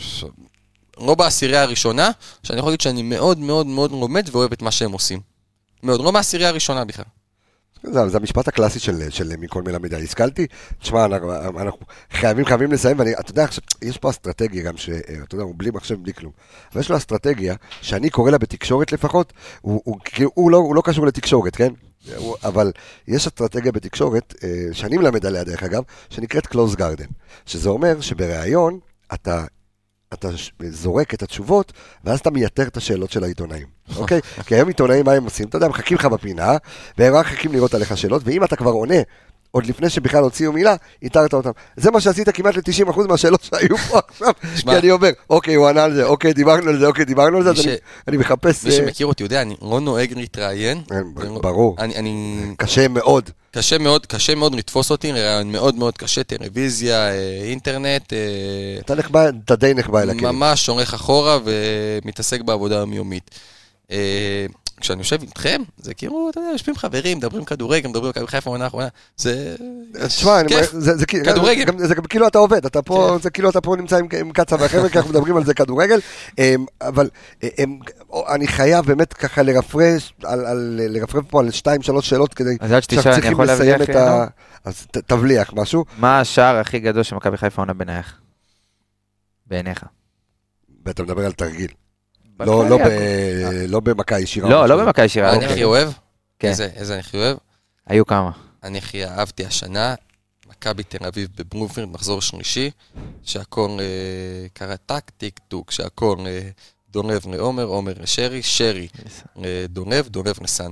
לא בעשירייה הראשונה, שאני יכול להגיד שאני מאוד מאוד מאוד לומד ואוהב את מה שהם עושים. מאוד, לא בעשירייה הראשונה בכלל. זה, זה המשפט הקלאסי של, של מכל מלמד. השכלתי, תשמע, אנחנו, אנחנו חייבים, חייבים לסיים, ואני, אתה יודע, יש פה אסטרטגיה גם, שאתה יודע, הוא בלי מחשב, בלי כלום. אבל יש לו אסטרטגיה, שאני קורא לה בתקשורת לפחות, הוא, הוא, הוא, הוא, לא, הוא לא קשור לתקשורת, כן? הוא, אבל יש אסטרטגיה בתקשורת, שאני מלמד עליה דרך אגב, שנקראת close garden, שזה אומר שבראיון, אתה... אתה זורק את התשובות, ואז אתה מייתר את השאלות של העיתונאים. אוקיי? כי היום עיתונאים, מה הם עושים? אתה יודע, מחכים לך בפינה, והם רק מחכים לראות עליך שאלות, ואם אתה כבר עונה, עוד לפני שבכלל הוציאו מילה, ייתרת אותם. זה מה שעשית כמעט ל-תשעים אחוז מהשאלות שהיו פה עכשיו, כי אני אומר, אוקיי, הוא ענה על זה, אוקיי, דיברנו על זה, אוקיי, דיברנו על זה, אז אני מחפש... מי שמכיר אותי יודע, אני לא נוהג להתראיין. ברור. קשה מאוד. קשה מאוד, קשה מאוד לתפוס אותי, רעיון מאוד מאוד קשה, טלוויזיה, אינטרנט. אתה נחבא, אתה די נחבא אל הכלים. ממש הולך אחורה ומתעסק בעבודה יומיומית. כשאני יושב איתכם, זה כאילו, אתה יודע, יושבים חברים, מדברים כדורגל, מדברים מכבי חיפה עונה האחרונה, זה כיף, כדורגל. זה כאילו אתה עובד, אתה פה, זה כאילו אתה פה נמצא עם קצה והחבר'ה, כי אנחנו מדברים על זה כדורגל, אבל אני חייב באמת ככה לרפרש, לרפרש פה על שתיים, שלוש שאלות, כדי שצריכים לסיים את ה... אז תבליח משהו. מה השער הכי גדול שמכבי חיפה עונה בעיניך? בעיניך. ואתה מדבר על תרגיל. לא, לא, לא במכה ישירה. לא, לא במכה ישירה. אני הכי אוהב? איזה אני הכי אוהב? היו כמה. אני הכי אהבתי השנה, מכבי תל אביב בבלומפילד, מחזור שלישי, שהכל קרה טק, טיק טוק, שהכל דונב לעומר, עומר לשרי, שרי דונב, דונב לסן.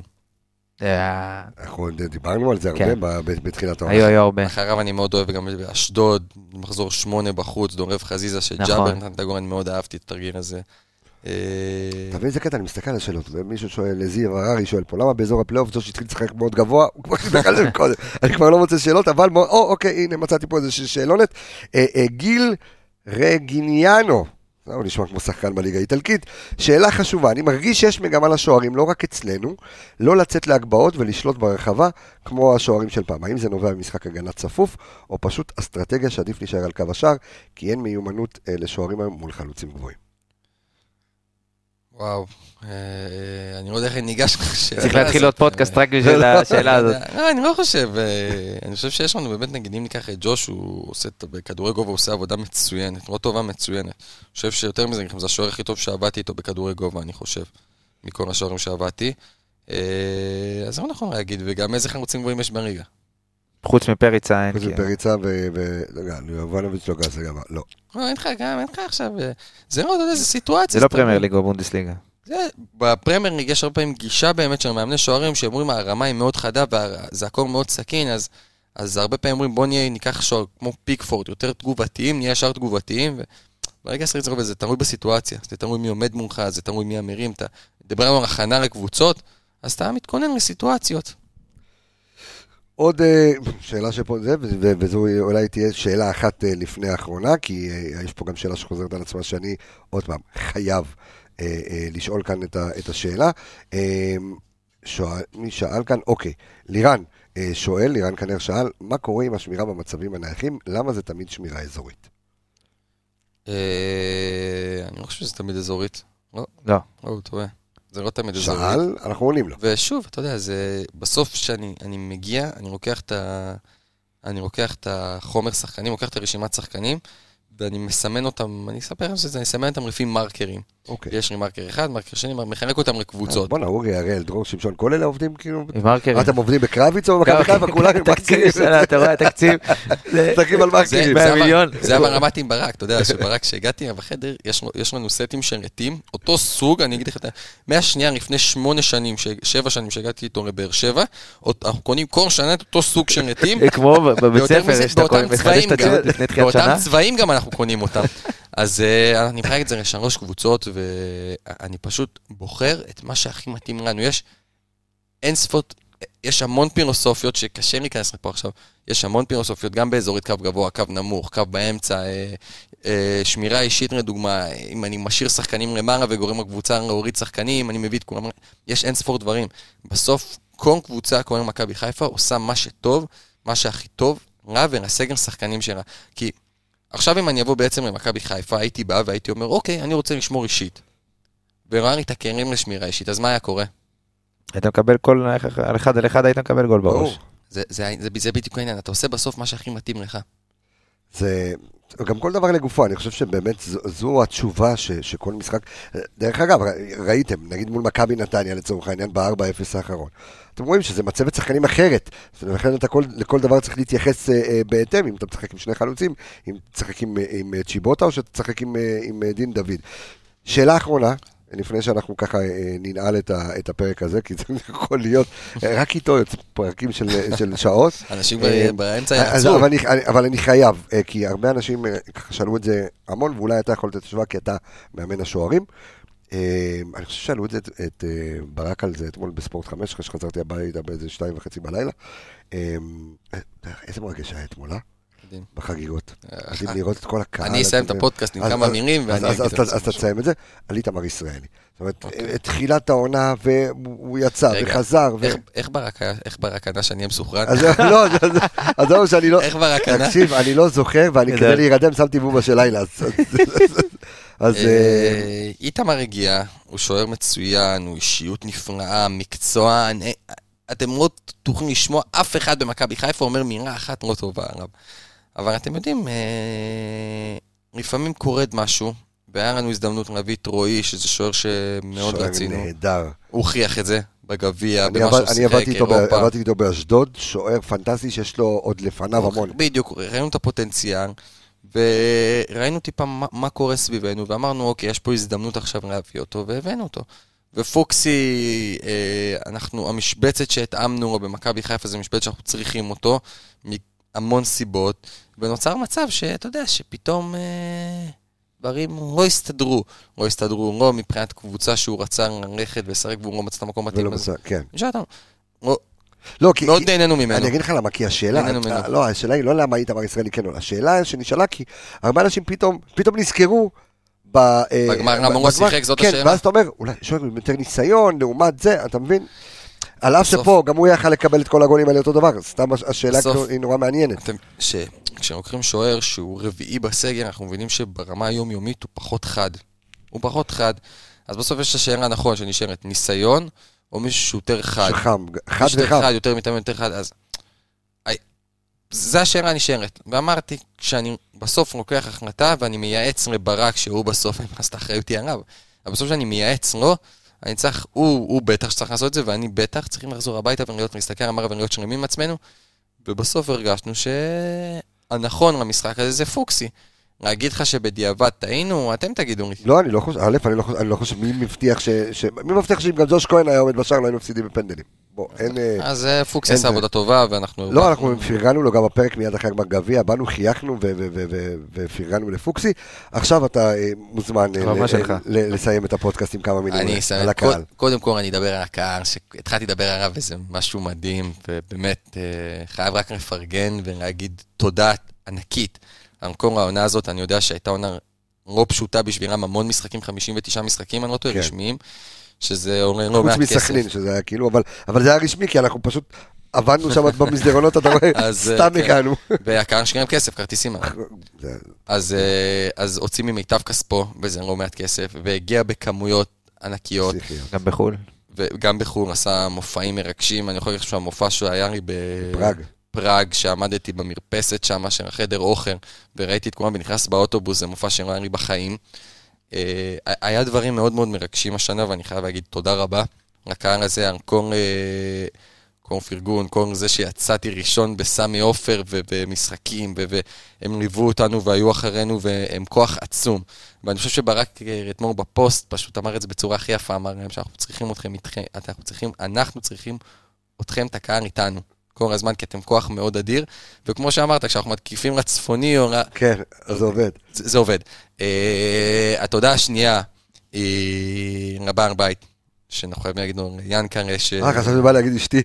אנחנו דיברנו על זה הרבה בתחילת העונה. היו, היו הרבה. אחריו אני מאוד אוהב גם באשדוד, מחזור שמונה בחוץ, דונב חזיזה של ג'אבר נתן, אני מאוד אהבתי את התרגיל הזה. אתה מבין איזה קטע, אני מסתכל על השאלות, ומישהו שואל, זיו הררי שואל פה, למה באזור הפלייאוף זו שהתחיל לשחק מאוד גבוה, הוא כבר חיתך על זה קודם, אני כבר לא מוצא שאלות, אבל אוקיי, הנה מצאתי פה איזה שאלונת, גיל רגיניאנו, הוא נשמע כמו שחקן בליגה האיטלקית, שאלה חשובה, אני מרגיש שיש מגמה לשוערים, לא רק אצלנו, לא לצאת להגבהות ולשלוט ברחבה, כמו השוערים של פעם, האם זה נובע ממשחק הגנה צפוף, או פשוט אסטרטגיה שעדיף להישאר על קו השער, כי אין מיומנות לשוערים מול חלוצים גבוהים. וואו, אני לא יודע איך אני ניגש. צריך להתחיל עוד פודקאסט רק בשביל השאלה הזאת. לא, אני לא חושב, אני חושב שיש לנו באמת, נגיד, אם ניקח את ג'וש, הוא עושה בכדורי גובה, הוא עושה עבודה מצוינת, לא טובה מצוינת. אני חושב שיותר מזה, זה השוער הכי טוב שעבדתי איתו בכדורי גובה, אני חושב, מכל השוערים שעבדתי. אז זה לא נכון להגיד, וגם איזה חלוצים גבוהים יש בריגה. חוץ מפריצה, אין חוץ מפריצה ויובנוביץ' לא גז, זה גם לא. לא, אין לך גם, אין לך עכשיו, זה לא, אתה יודע, זה סיטואציה. זה לא פרמייר ליג או בונדסליגה. בפרמייר ליג יש הרבה פעמים גישה באמת של מאמני שוערים שאומרים, הרמה היא מאוד חדה וזה הכל מאוד סכין, אז הרבה פעמים אומרים, בוא נהיה, ניקח שוער כמו פיקפורד, יותר תגובתיים, נהיה שער תגובתיים, וברגע עשרים זה תלוי בסיטואציה, זה תלוי מי עומד מולך, זה תלוי מי המרים, אתה מדבר על הכנה לקבוצות, אז אתה מתכונן לסיטואציות. עוד שאלה שפה זה, וזו אולי תהיה שאלה אחת לפני האחרונה, כי יש פה גם שאלה שחוזרת על עצמה שאני עוד פעם חייב לשאול כאן את השאלה. מי שאל כאן? אוקיי, לירן שואל, לירן כנר שאל, מה קורה עם השמירה במצבים הנייחים? למה זה תמיד שמירה אזורית? אני לא חושב שזה תמיד אזורית. לא. לא. הוא טועה. זה לא תמיד אזורית. שאל, אנחנו עונים לו. ושוב, אתה יודע, זה בסוף שאני אני מגיע, אני לוקח את ה אני לוקח את החומר שחקנים, לוקח את הרשימת שחקנים, ואני מסמן אותם, אני אספר לכם שזה, אני אסמן אותם לפי מרקרים. אוקיי. יש לי מרקר אחד, מרקר שני, מחלק אותם לקבוצות. בוא נאורי, הראל, דרור, שמשון, כל אלה עובדים כאילו... עם מרקרים. אתם עובדים בקרביץ או במכבי חיפה? כולם עם מרקרים. אתה רואה, תקציב. תקים על מרקרים. זה אבל רמתי עם ברק, אתה יודע, שברק שהגעתי בחדר, יש לנו סטים של רטים, אותו סוג, אני אגיד לך, מהשנייה לפני שמונה שנים, שבע שנים שהגעתי איתו לבאר שבע, אנחנו קונים כל שנה את אותו סוג של רטים. כמו בבית ספר, שאתה קוראים מחדש את הציוד לפני תחילת שנה. באותם צבעים גם אנחנו קונים אותם. אז אני מחלק את זה לשלוש קבוצות, ואני פשוט בוחר את מה שהכי מתאים לנו. יש אין ספות, יש המון פילוסופיות שקשה להיכנס לפה עכשיו. יש המון פילוסופיות, גם באזורית קו גבוה, קו נמוך, קו באמצע, שמירה אישית לדוגמה, אם אני משאיר שחקנים למעלה וגורם הקבוצה להוריד שחקנים, אני מביא את כולם. יש אין ספור דברים. בסוף, כל קבוצה, כל מכבי חיפה, עושה מה שטוב, מה שהכי טוב, לה ולסגל שחקנים שלה. כי עכשיו אם אני אבוא בעצם למכבי חיפה, הייתי בא והייתי אומר, אוקיי, אני רוצה לשמור אישית. וראה לי את הקרים לשמירה אישית, אז מה היה קורה? היית מקבל כל, על אחד על אחד היית מקבל גול בראש. זה, זה, זה, זה בדיוק העניין, אתה עושה בסוף מה שהכי מתאים לך. זה, גם כל דבר לגופו, אני חושב שבאמת זו, זו התשובה ש, שכל משחק, דרך אגב, ראיתם, נגיד מול מכבי נתניה לצורך העניין ב-ארבע אפס האחרון. אתם רואים שזה מצבת שחקנים אחרת, ולכן אתה כל, לכל דבר צריך להתייחס אה, בהתאם, אם אתה משחק עם שני חלוצים, אם תשחק עם, עם צ'יבוטה או שאתה תשחק עם, עם דין דוד. שאלה אחרונה, לפני שאנחנו ככה ננעל את, ה, את הפרק הזה, כי זה יכול להיות רק איתו פרקים של, של שעות. אנשים באמצע יעצור. אבל אני, אבל אני חייב, כי הרבה אנשים ככה שאלו את זה המון, ואולי אתה יכול לתת תשובה, כי אתה מאמן השוערים. אני חושב שאלו את זה, את ברק על זה אתמול בספורט חמש, אחרי שחזרתי הביתה באיזה שתיים וחצי בלילה. איזה מרגש היה אתמול, אה? בחגיגות. מדהים לראות את כל הקהל. אני אסיים את הפודקאסט עם כמה מילים, ואני אגיד את זה. אז תסיים את זה, על איתמר ישראלי. זאת אומרת, תחילת העונה, והוא יצא וחזר. איך ברק ענה שאני אהיה מסוחרן? לא, אז זהו שאני לא... איך ברק ענה? תקשיב, אני לא זוכר, ואני כדי להירדם שמתי בובה של לילה. אז... איתמר הגיע, הוא שוער מצוין, הוא אישיות נפלאה, מקצוע... אתם לא תוכלו לשמוע אף אחד במכבי חיפה אומר מילה אחת לא טובה עליו. אבל אתם יודעים, לפעמים קורד משהו, והיה לנו הזדמנות להביא את רועי, שזה שוער שמאוד רצינו. שוער נהדר. הוא הוכיח את זה בגביע, במה שהוא שיחק אירופה. עבדתי איתו באשדוד, שוער פנטסטי שיש לו עוד לפניו המון. בדיוק, ראינו את הפוטנציאל, וראינו טיפה מה קורה סביבנו, ואמרנו, אוקיי, יש פה הזדמנות עכשיו להביא אותו, והבאנו אותו. ופוקסי, אנחנו, המשבצת שהתאמנו לו במכבי חיפה, זה משבצת שאנחנו צריכים אותו, מהמון סיבות, ונוצר מצב שאתה יודע, שפתאום דברים לא הסתדרו, לא הסתדרו, לא מבחינת קבוצה שהוא רצה ללכת ולשחק, והוא לא מצא את המקום מתאים. ולא מצא, כן. נשארתנו. לא, כי... מאוד נהנינו ממנו. אני אגיד לך למה, כי השאלה, לא, השאלה היא לא למה איתמר ישראלי כן, לא, השאלה שנשאלה, כי הרבה אנשים פתאום, פתאום נזכרו, בגמר למה הוא שיחק, זאת השאלה. כן, ואז אתה אומר, אולי שוער עם יותר ניסיון, לעומת זה, אתה מבין? על אף שפה, גם הוא יכל לקבל את כל הגולים האלה אותו דבר, סתם השאלה היא נורא מעניינת. כשלוקחים שוער שהוא רביעי בסגל, אנחנו מבינים שברמה היומיומית הוא פחות חד. הוא פחות חד. אז בסוף יש השאלה הנכון שנשארת, ניסיון, או מישהו שהוא יותר חד. שחם, חד וחד. יותר חד, יותר מתאמן, יותר חד, אז... זה השאלה הנשארת, ואמרתי שאני בסוף לוקח החלטה ואני מייעץ לברק שהוא בסוף, אז את האחריותי עליו, אבל בסוף שאני מייעץ לו, אני צריך, הוא, הוא בטח שצריך לעשות את זה, ואני בטח צריכים לחזור הביתה ולהיות להסתכל על המראה ולהיות שלמים עם עצמנו, ובסוף הרגשנו שהנכון למשחק הזה זה פוקסי. להגיד לך שבדיעבד טעינו, אתם תגידו לי. לא, אני לא חושב, א', אני לא חושב, אני לא חושב, מי מבטיח ש... מי מבטיח שאם גם ג'וש כהן היה עומד בשער, לא היינו מפסידים בפנדלים. בוא, אין... אז פוקסי עשה עבודה טובה, ואנחנו... לא, אנחנו פרגנו לו גם בפרק מיד אחרי הגביע, באנו, חייכנו ופרגנו לפוקסי. עכשיו אתה מוזמן לסיים את הפודקאסט עם כמה מילים על הקהל. קודם כל אני אדבר על הקהל, שהתחלתי לדבר עליו וזה משהו מדהים, ובאמת חייב רק לפרגן ולהגיד תודה ענקית. המקום העונה הזאת, אני יודע שהייתה עונה לא פשוטה בשבילם, המון משחקים, חמישים ותשעה משחקים, אני לא טועה, רשמיים, שזה עולה לא מעט כסף. חוץ מסכנין, שזה היה כאילו, אבל זה היה רשמי, כי אנחנו פשוט עבדנו שם במסדרונות, אתה רואה, סתם הגענו. והקהל שגם כסף, כרטיסים. אז הוציא ממיטב כספו, וזה לא מעט כסף, והגיע בכמויות ענקיות. גם בחול. וגם בחול, עשה מופעים מרגשים, אני יכול להגיד שהמופע שהוא היה לי בפראג. פראג, שעמדתי במרפסת שם, של החדר אוכל, וראיתי את כולם ונכנס באוטובוס, זה מופע שלא היה לי בחיים. היה דברים מאוד מאוד מרגשים השנה, ואני חייב להגיד תודה רבה לקהל הזה, על כל, כל פרגון, כל זה שיצאתי ראשון בסמי אופר ובמשחקים, והם ליוו אותנו והיו אחרינו, והם כוח עצום. ואני חושב שברק אתמול בפוסט, פשוט אמר את זה בצורה הכי יפה, אמר להם שאנחנו צריכים אתכם איתכם, אנחנו צריכים, אנחנו צריכים אתכם, את הקהל איתנו. כל הזמן, כי אתם כוח מאוד אדיר, וכמו שאמרת, כשאנחנו מתקיפים לצפוני, או... כן, זה עובד. זה, זה עובד. התודה השנייה היא לבעל בית, שאנחנו חייבים להגיד לו, ינקר, ש... אה, חשבתי בא להגיד אשתי.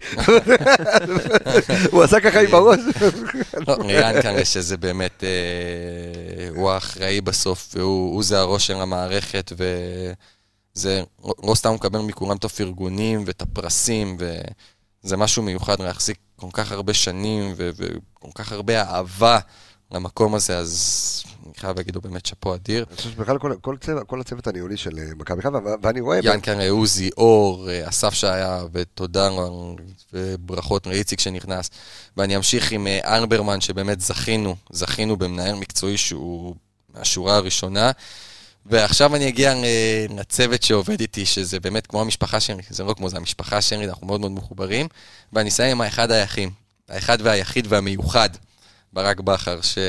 הוא עשה ככה עם הראש. לא, ינקר, שזה באמת, הוא האחראי בסוף, והוא זה הראש של המערכת, וזה לא סתם מקבל מכולם את הפרגונים, ואת הפרסים, ו... זה משהו מיוחד להחזיק כל כך הרבה שנים וכל כך הרבה אהבה למקום הזה, אז אני חייב להגיד לו באמת שפו אדיר. אני חושב שבכלל כל הצוות הניהולי של מכבי חיפה, ואני רואה... ינקר, עוזי, אור, אסף שהיה, ותודה וברכות לאיציק שנכנס. ואני אמשיך עם אלברמן, שבאמת זכינו, זכינו במנהל מקצועי שהוא מהשורה הראשונה, ועכשיו אני אגיע לצוות שעובד איתי, שזה באמת כמו המשפחה שלי, זה לא כמו זה, המשפחה שלי, אנחנו מאוד מאוד מחוברים, ואני אסיים עם האחד היחיד, האחד והיחיד והמיוחד, ברק בכר, ש...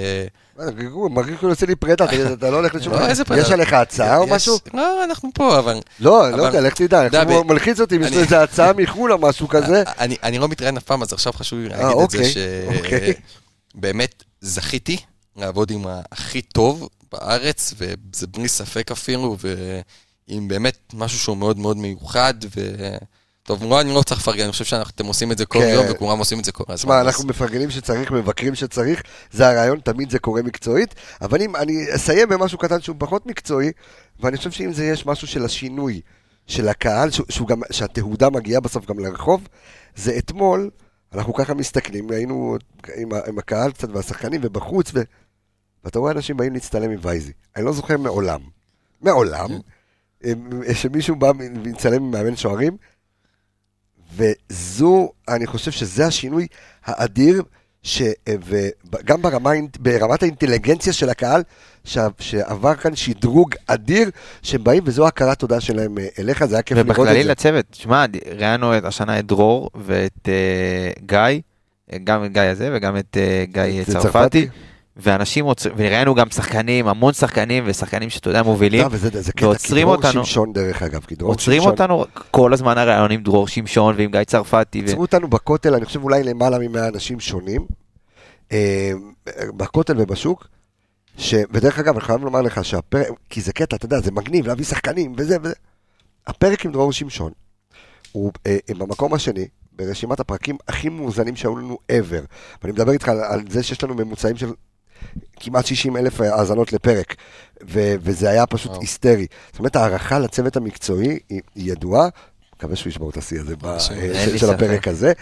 מרגיש כאילו יוצא לי פרטה, אתה לא הולך לשום... יש עליך הצעה או משהו? לא, אנחנו פה, אבל... לא, לא יודע, לך תדע, הוא מלחיץ אותי, יש לו איזו הצעה מחול או משהו כזה. אני לא מתראיין אף פעם, אז עכשיו חשוב לי להגיד את זה, שבאמת זכיתי לעבוד עם הכי טוב, בארץ, וזה בלי ספק אפילו, ועם באמת משהו שהוא מאוד מאוד מיוחד, טוב, לא, אני לא צריך לפרגן, אני חושב שאתם עושים את זה כל יום, וכולם עושים את זה כל הזמן. תשמע, אנחנו מפרגנים שצריך, מבקרים שצריך, זה הרעיון, תמיד זה קורה מקצועית, אבל אם אני אסיים במשהו קטן שהוא פחות מקצועי, ואני חושב שאם זה יש משהו של השינוי, של הקהל, שהוא גם, שהתהודה מגיעה בסוף גם לרחוב, זה אתמול, אנחנו ככה מסתכלים, היינו עם, עם הקהל קצת והשחקנים ובחוץ, ו... ואתה רואה אנשים באים להצטלם עם וייזי. אני לא זוכר מעולם, מעולם, שמישהו בא להצטלם עם מאמן שוערים, וזו, אני חושב שזה השינוי האדיר, וגם ברמה, ברמת האינטליגנציה של הקהל, שעבר כאן שדרוג אדיר, שהם באים, וזו הכרת תודה שלהם אליך, זה היה כיף לראות את זה. ובכללי לצוות, שמע, ראינו את השנה את דרור, ואת גיא, גם את גיא הזה, וגם את גיא צרפתי, ואנשים, וראינו גם שחקנים, המון שחקנים, ושחקנים שאתה יודע מובילים, ועוצרים אותנו, שמשון דרך אגב, עוצרים אותנו כל הזמן הרעיון עם דרור שמשון, ועם גיא צרפתי. עוצרו אותנו בכותל, אני חושב אולי למעלה ממאה אנשים שונים, בכותל ובשוק, ודרך אגב, אני חייב לומר לך שהפרק, כי זה קטע, אתה יודע, זה מגניב, להביא שחקנים, וזה, וזה. הפרק עם דרור שמשון, הוא במקום השני, ברשימת הפרקים הכי מאוזנים שהיו לנו ever, ואני מדבר איתך על זה שיש לנו ממוצעים של כמעט שישים אלף האזנות לפרק, ו- וזה היה פשוט wow. היסטרי. זאת אומרת, הערכה לצוות המקצועי היא, היא ידועה, מקווה שהוא ישבור את השיא הזה ב- של, של הפרק הזה.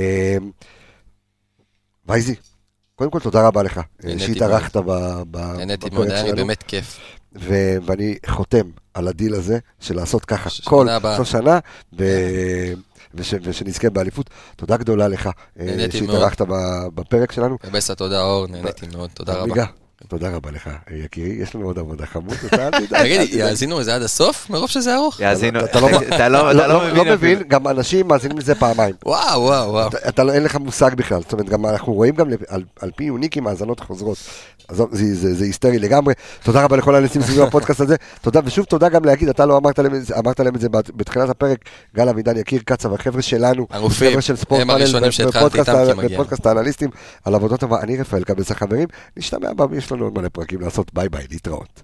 וייזי, קודם כל תודה רבה לך, שהתארחת בפרק שלנו. נהניתי מאוד, היה לי באמת כיף. ו- ואני חותם על הדיל הזה, של לעשות ככה כל סוף שנה, ו... וש, ושנזכה באליפות. תודה גדולה לך שהתארחת בפרק שלנו. ובסה, תודה אור, נהניתי מאוד, תודה רבה. תודה רבה לך, יקירי, יש לנו עוד עבודה חמוד. תגיד, יאזינו לזה עד הסוף, מרוב שזה ארוך? יאזינו, אתה לא מבין, גם אנשים מאזינים לזה פעמיים. וואו, וואו, וואו. אין לך מושג בכלל, זאת אומרת, אנחנו רואים גם על פי יוניקים האזנות חוזרות. זה היסטרי לגמרי. תודה רבה לכל האנשים סביב הפודקאסט הזה. תודה, ושוב תודה גם להגיד, אתה לא אמרת להם את זה בתחילת הפרק, גל אבידן, יקיר קצה והחבר'ה שלנו, חבר'ה של ספורט פאנל ופודקאסט האנליסטים על עבודות טובה. אני רפאל קבס החברים, נשתמע בה, יש לנו עוד מלא פרקים לעשות. ביי ביי, להתראות.